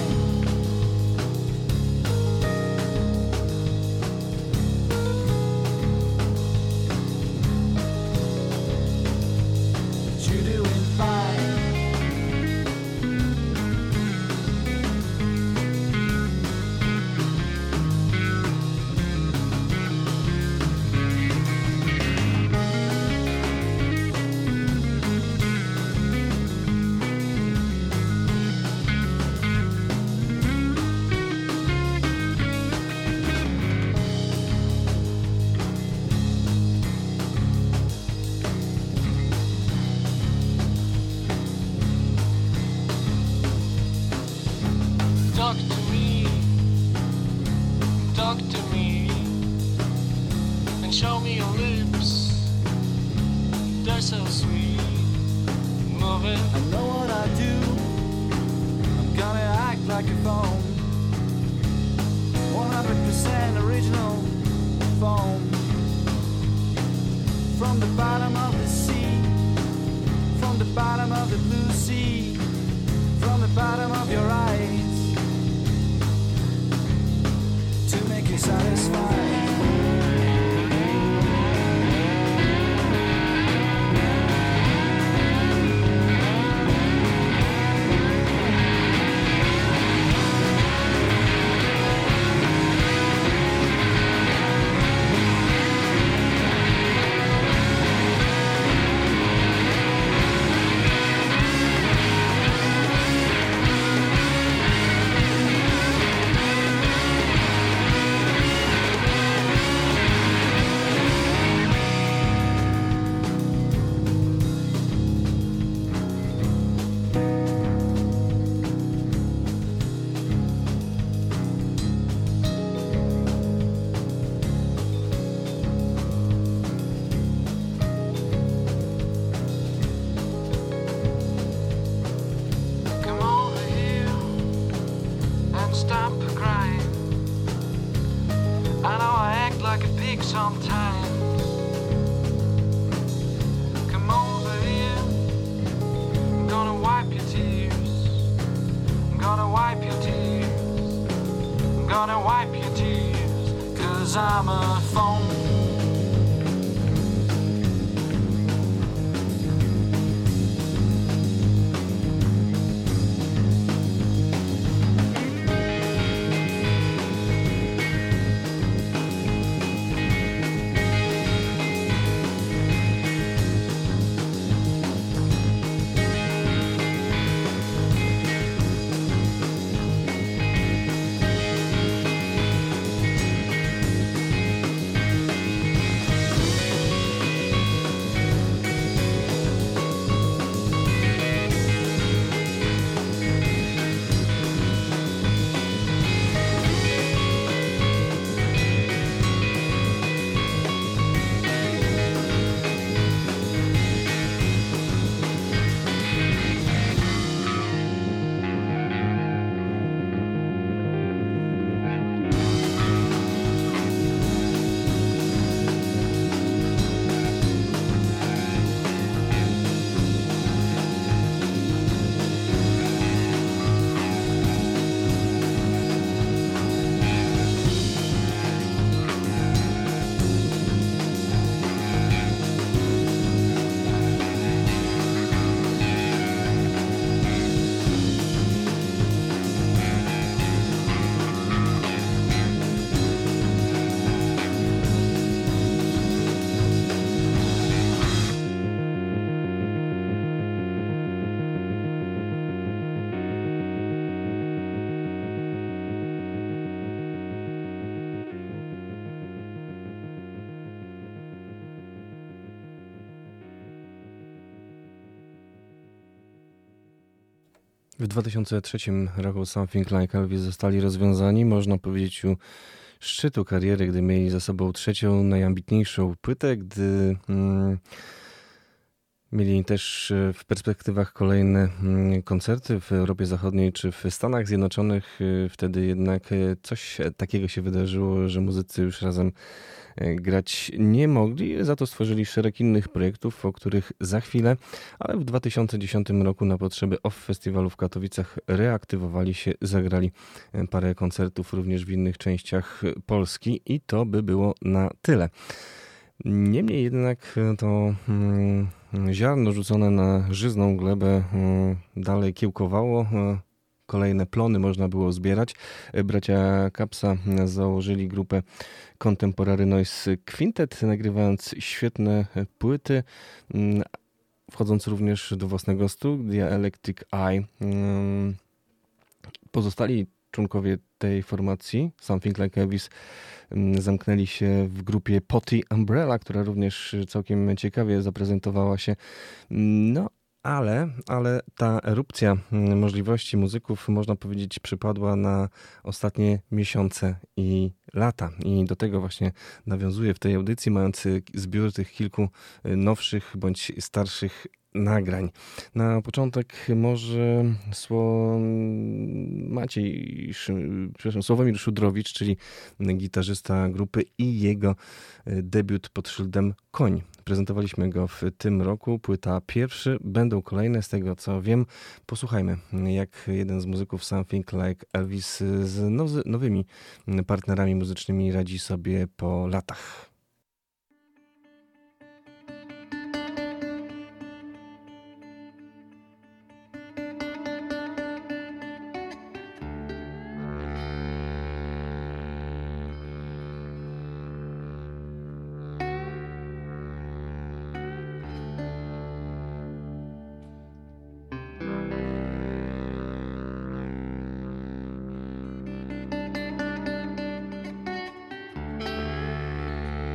talk to me and show me your lips. They're so sweet. Move it. I know what I do. I'm gonna act like a phone. one hundred percent original foam. From the bottom of the sea, from the bottom of the blue sea, from the bottom of your eyes, to make you satisfied. W dwa tysiące trzecim roku Something Like Elvis zostali rozwiązani, można powiedzieć, u szczytu kariery, gdy mieli za sobą trzecią, najambitniejszą płytę, gdy mm, mieli też w perspektywach kolejne mm, koncerty w Europie Zachodniej czy w Stanach Zjednoczonych. Wtedy jednak coś takiego się wydarzyło, że muzycy już razem grać nie mogli, za to stworzyli szereg innych projektów, o których za chwilę, ale w dwa tysiące dziesiątym roku na potrzeby Off Festiwalu w Katowicach reaktywowali się, zagrali parę koncertów również w innych częściach Polski i to by było na tyle. Niemniej jednak to mm, ziarno rzucone na żyzną glebę mm, dalej kiełkowało. Kolejne plony można było zbierać. Bracia Kapsa założyli grupę Contemporary Noise Quintet, nagrywając świetne płyty, wchodząc również do własnego studia Electric Eye. Pozostali członkowie tej formacji, Something Like Elvis, zamknęli się w grupie Potty Umbrella, która również całkiem ciekawie zaprezentowała się. No, Ale, ale ta erupcja możliwości muzyków, można powiedzieć, przypadła na ostatnie miesiące i lata i do tego właśnie nawiązuję w tej audycji, mając zbiór tych kilku nowszych bądź starszych nagrań. Na początek może sło... Maciej, przepraszam, Sławomir Szudrowicz, czyli gitarzysta grupy i jego debiut pod szyldem Koń. Prezentowaliśmy go w tym roku. Płyta pierwszy, będą kolejne, z tego co wiem. Posłuchajmy, jak jeden z muzyków Something Like Elvis z now- nowymi partnerami muzycznymi radzi sobie po latach. Thank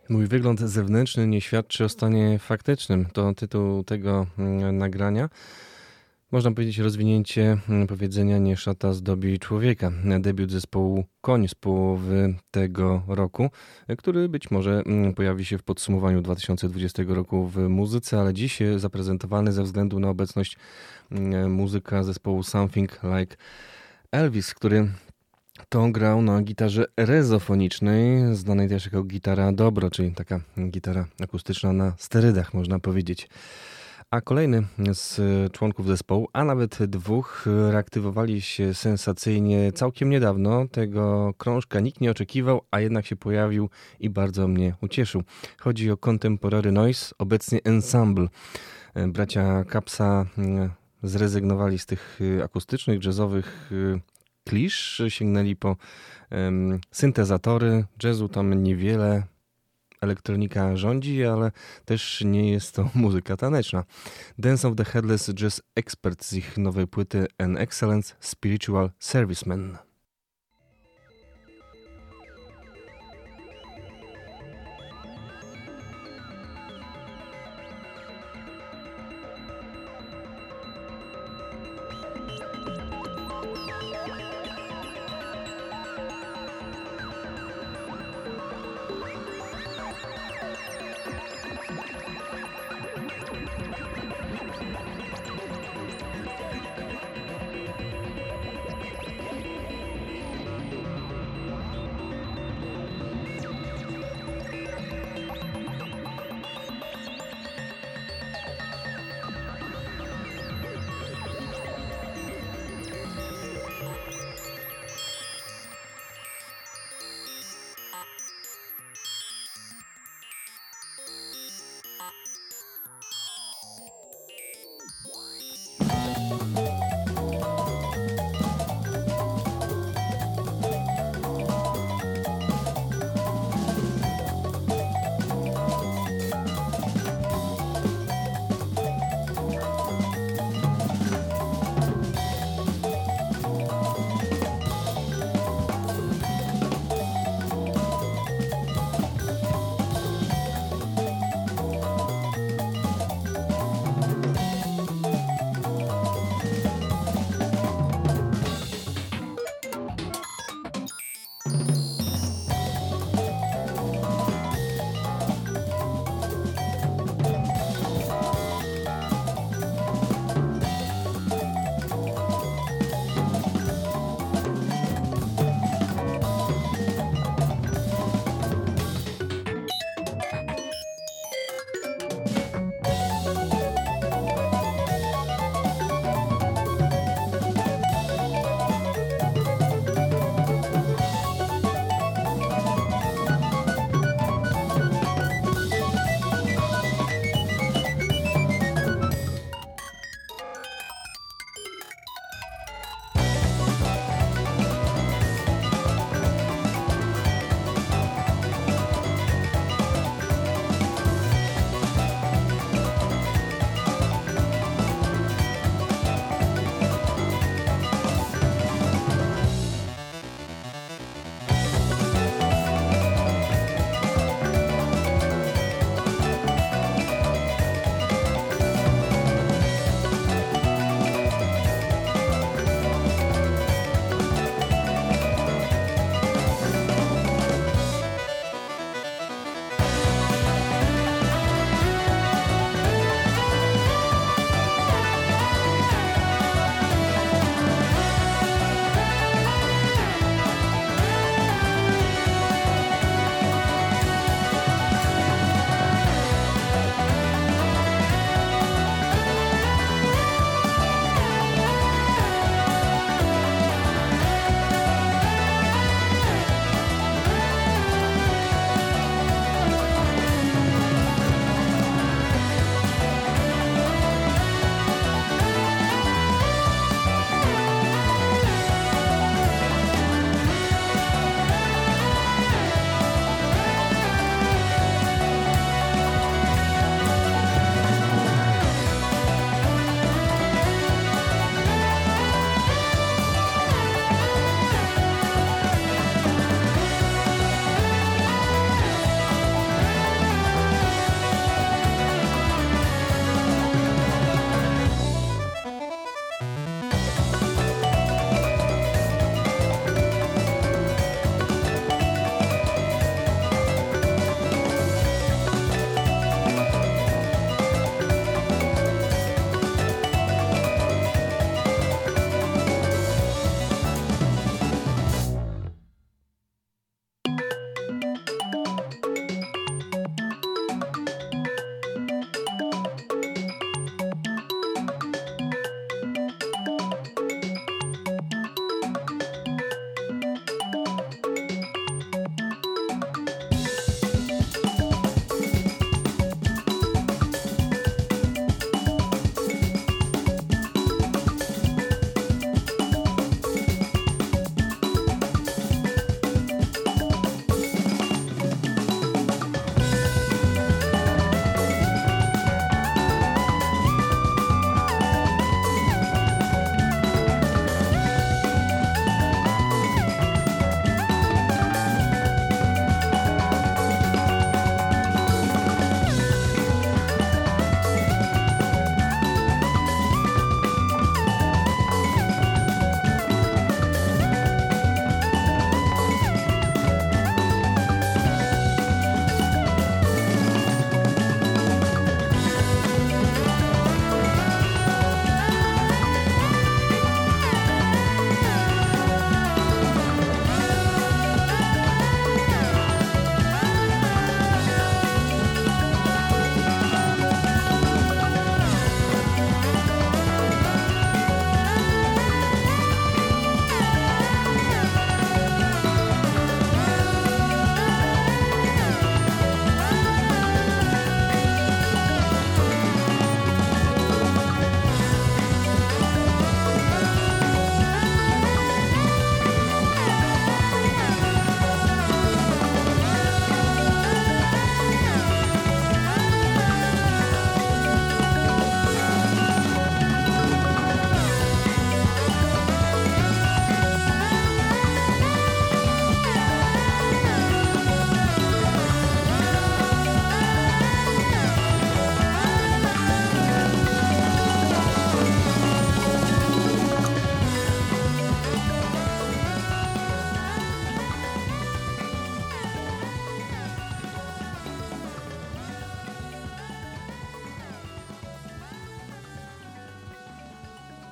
Mój wygląd zewnętrzny nie świadczy o stanie faktycznym. To tytuł tego mm, nagrania. Można powiedzieć rozwinięcie mm, powiedzenia nie szata zdobi człowieka. Debiut zespołu Koń z połowy tego roku, który być może mm, pojawi się w podsumowaniu dwa tysiące dwudziestego roku w muzyce, ale dziś zaprezentowany ze względu na obecność mm, muzyka zespołu Something Like Elvis, który to grał na gitarze rezofonicznej, znanej też jako gitara dobro, czyli taka gitara akustyczna na sterydach, można powiedzieć. A kolejny z członków zespołu, a nawet dwóch, reaktywowali się sensacyjnie całkiem niedawno. Tego krążka nikt nie oczekiwał, a jednak się pojawił i bardzo mnie ucieszył. Chodzi o Contemporary Noise, obecnie Ensemble. Bracia Kapsa zrezygnowali z tych akustycznych, jazzowych klisz, sięgnęli po um, syntezatory. Jazzu tam niewiele, elektronika rządzi, ale też nie jest to muzyka taneczna. Dance of the Headless Jazz Expert z ich nowej płyty An Excellent Spiritual Serviceman.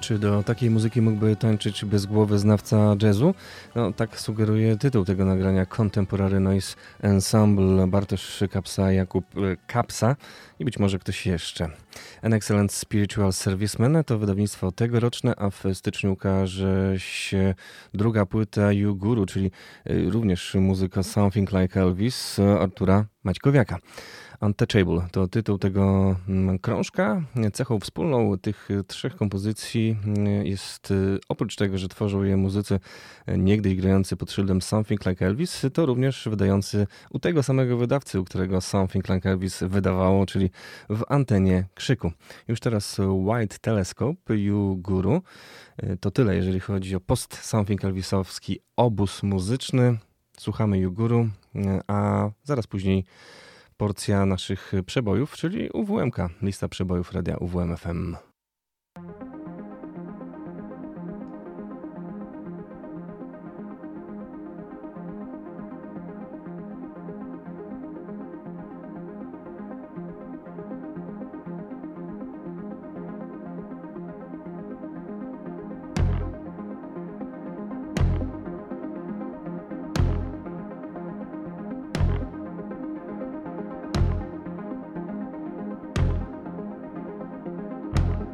Czy do takiej muzyki mógłby tańczyć bezgłowy znawca jazzu? No, tak sugeruje tytuł tego nagrania Contemporary Noise Ensemble Bartosz Kapsa, Jakub Kapsa i być może ktoś jeszcze. An Excellent Spiritual Serviceman to wydawnictwo tegoroczne, a w styczniu ukaże się druga płyta You Guru, czyli również muzyka Something Like Elvis Artura Maćkowiaka. Untouchable to tytuł tego krążka. Cechą wspólną tych trzech kompozycji jest, oprócz tego, że tworzą je muzycy niegdyś grający pod szyldem Something Like Elvis, to również wydający u tego samego wydawcy, u którego Something Like Elvis wydawało, czyli w Antenie Krzyku. Już teraz White Telescope, You Guru. To tyle, jeżeli chodzi o post-Something Elvisowski obóz muzyczny. Słuchamy You Guru, a zaraz później porcja naszych przebojów, czyli U W M K, lista przebojów radia U W M F M. Thank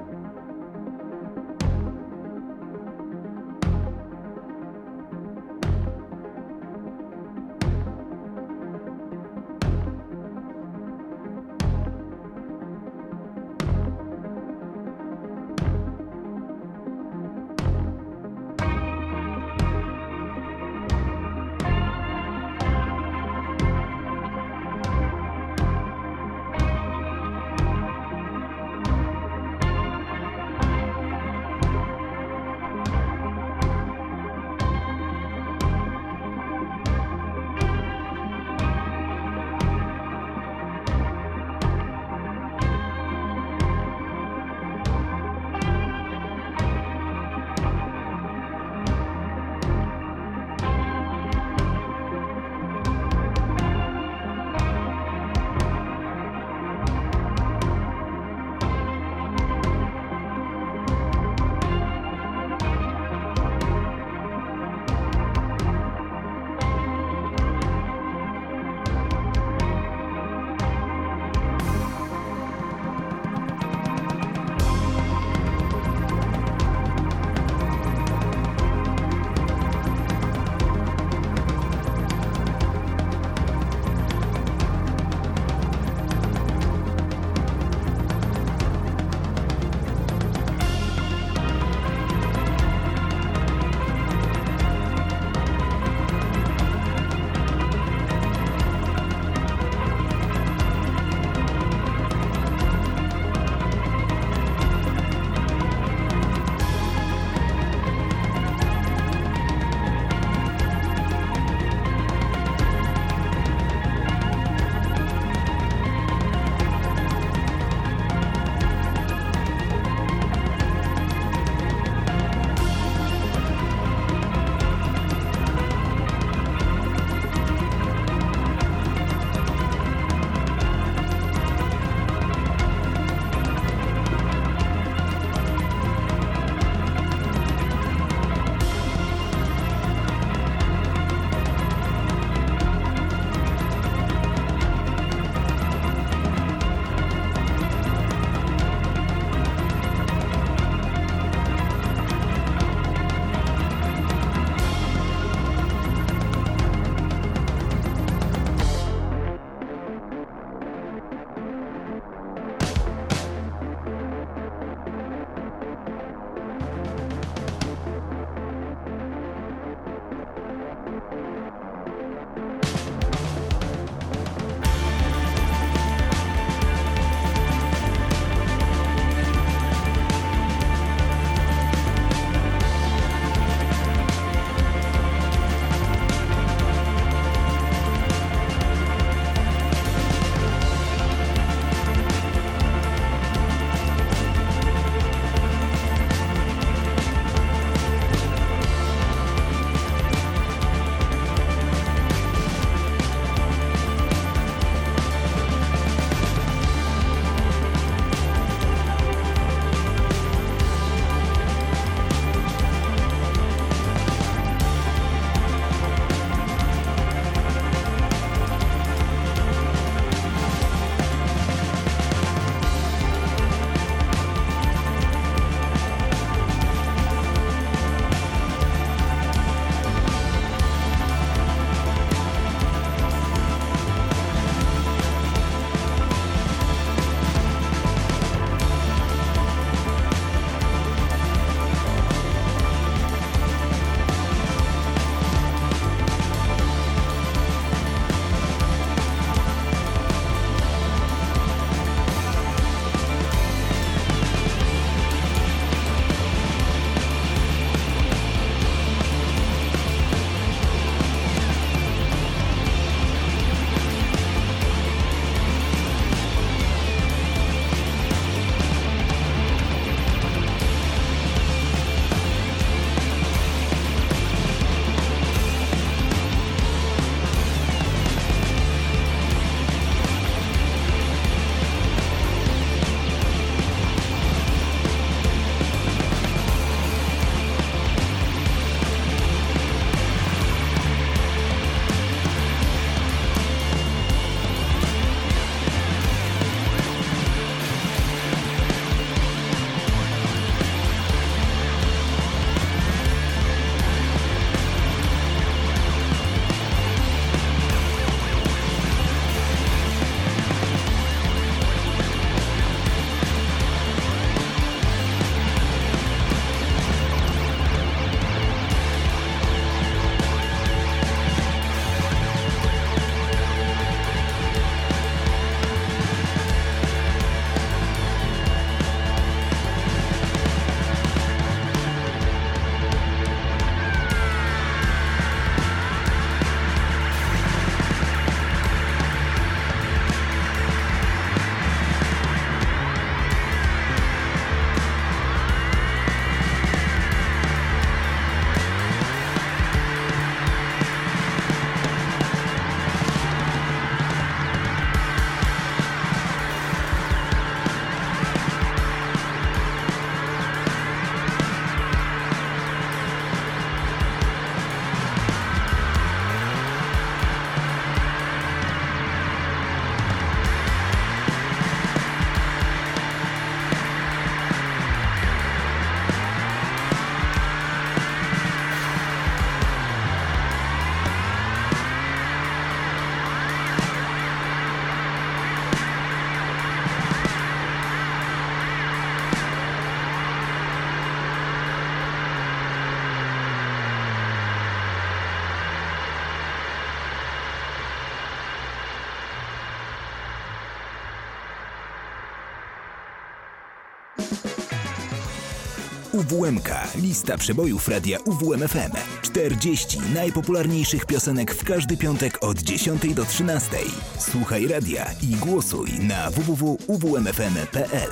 U W M K. Lista przebojów radia U W M F M. czterdzieści najpopularniejszych piosenek w każdy piątek od dziesiątej do trzynastej. Słuchaj radia i głosuj na w w w kropka u w m f m kropka p l.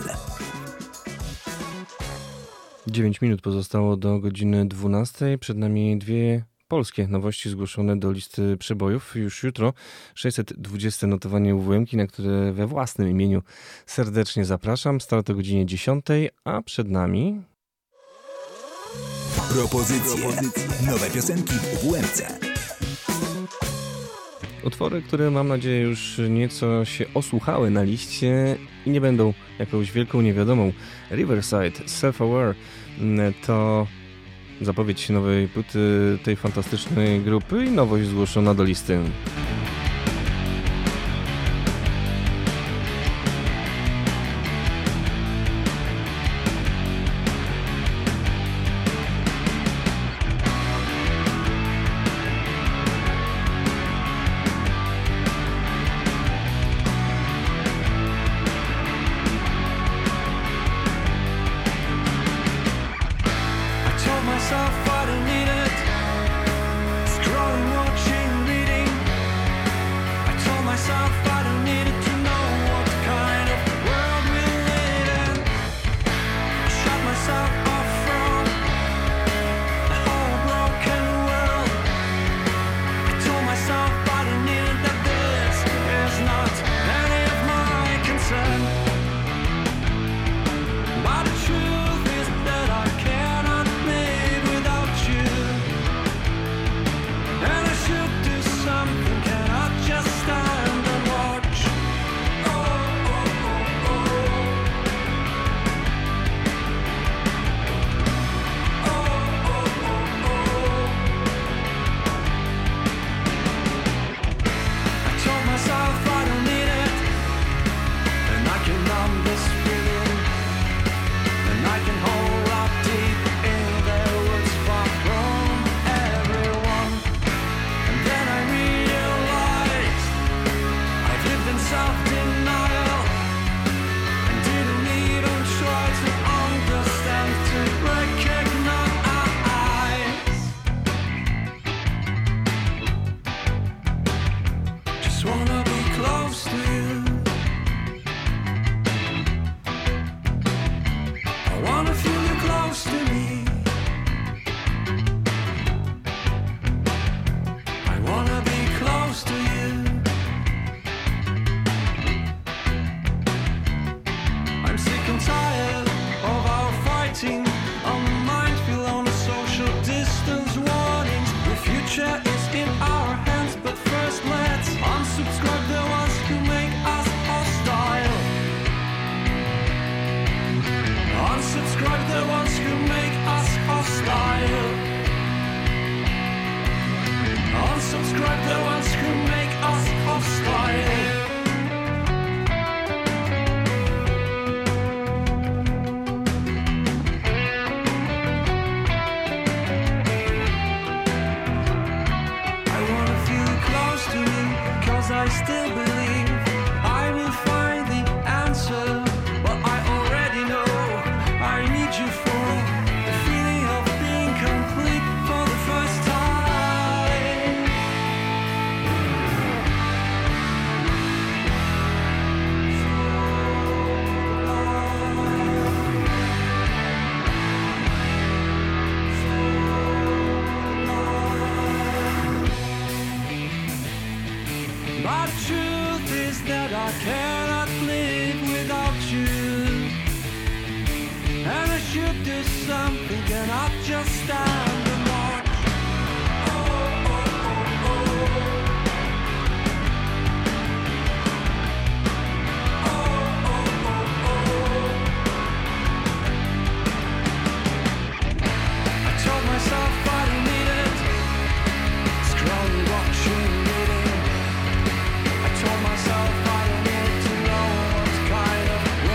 dziewięć minut pozostało do godziny dwunastej. Przed nami dwie polskie nowości zgłoszone do listy przebojów. Już jutro sześćset dwudzieste notowanie U W M-ki, na które we własnym imieniu serdecznie zapraszam. Start o godzinie dziesiątej, a przed nami... Propozycje. Nowe piosenki w U W M-ce. Utwory, które mam nadzieję już nieco się osłuchały na liście i nie będą jakąś wielką niewiadomą. Riverside, Self-Aware to zapowiedź nowej płyty tej fantastycznej grupy i nowość zgłoszona do listy.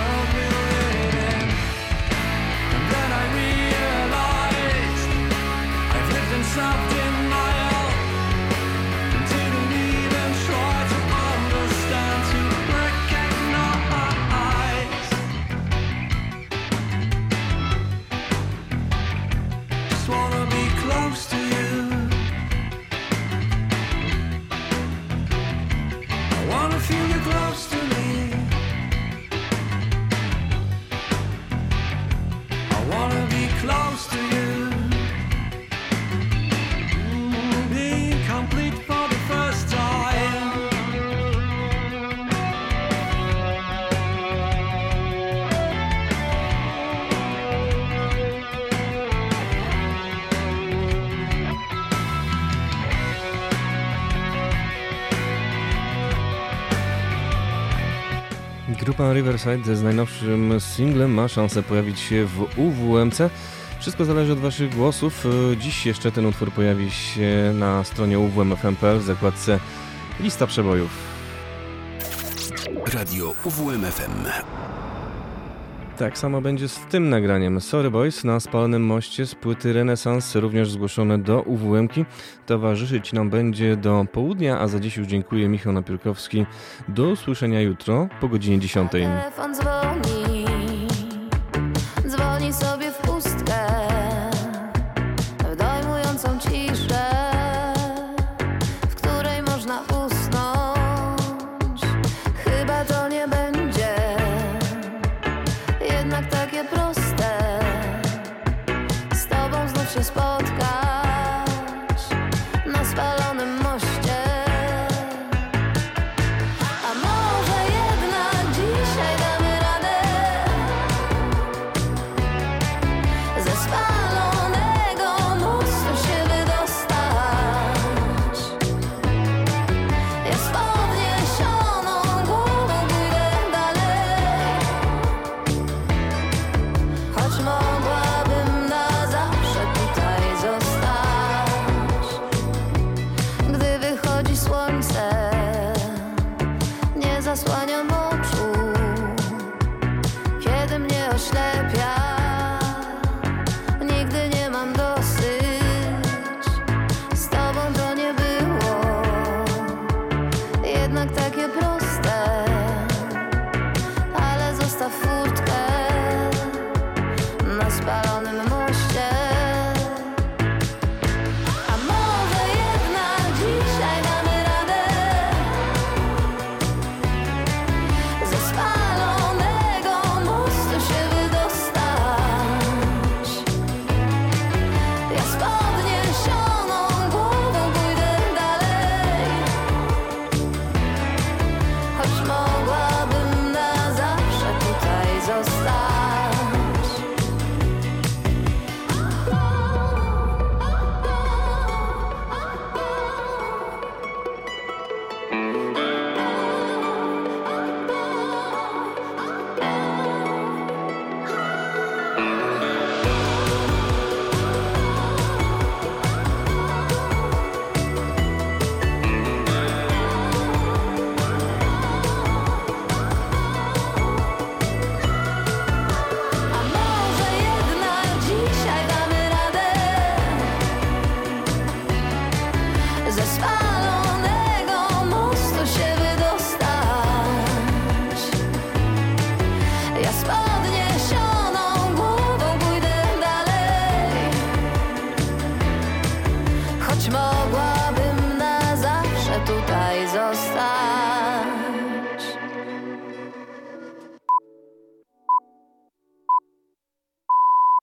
Then I realized Grupa Riverside z najnowszym singlem ma szansę pojawić się w U W M C. Wszystko zależy od waszych głosów. Dziś jeszcze ten utwór pojawi się na stronie u w m f m kropka p l w zakładce Lista przebojów. Radio U W M F M. Tak samo będzie z tym nagraniem. Sorry Boys na Spalonym Moście z płyty Renesans, również zgłoszone do U W M-ki. Towarzyszyć nam będzie do południa, a za dziś już dziękuję. Michał Napiórkowski. Do usłyszenia jutro po godzinie dziesiątej. Telefon dzwoni, dzwoni sobie w pustkę, w dojmującą ciszę, w której można usnąć. Chyba to nie będzie jednak takie proste, z tobą znów się spotkać na spalonym moście. A może jednak dzisiaj damy radę ze spalonego mostu się wydostać? Ja z podniesioną głową pójdę dalej, choć mogłabym na zawsze tutaj zostać. Gdy wychodzi słońce, nie zasłaniam oczu, kiedy mnie oślepia. Nigdy nie mam dosyć, z tobą to nie było jednak takie proste, ale zostaw furtkę na spalonym moście. A może jednak dzisiaj damy radę ze spalonego mostu się wydostać? Ja z podniesioną głową pójdę dalej, choć może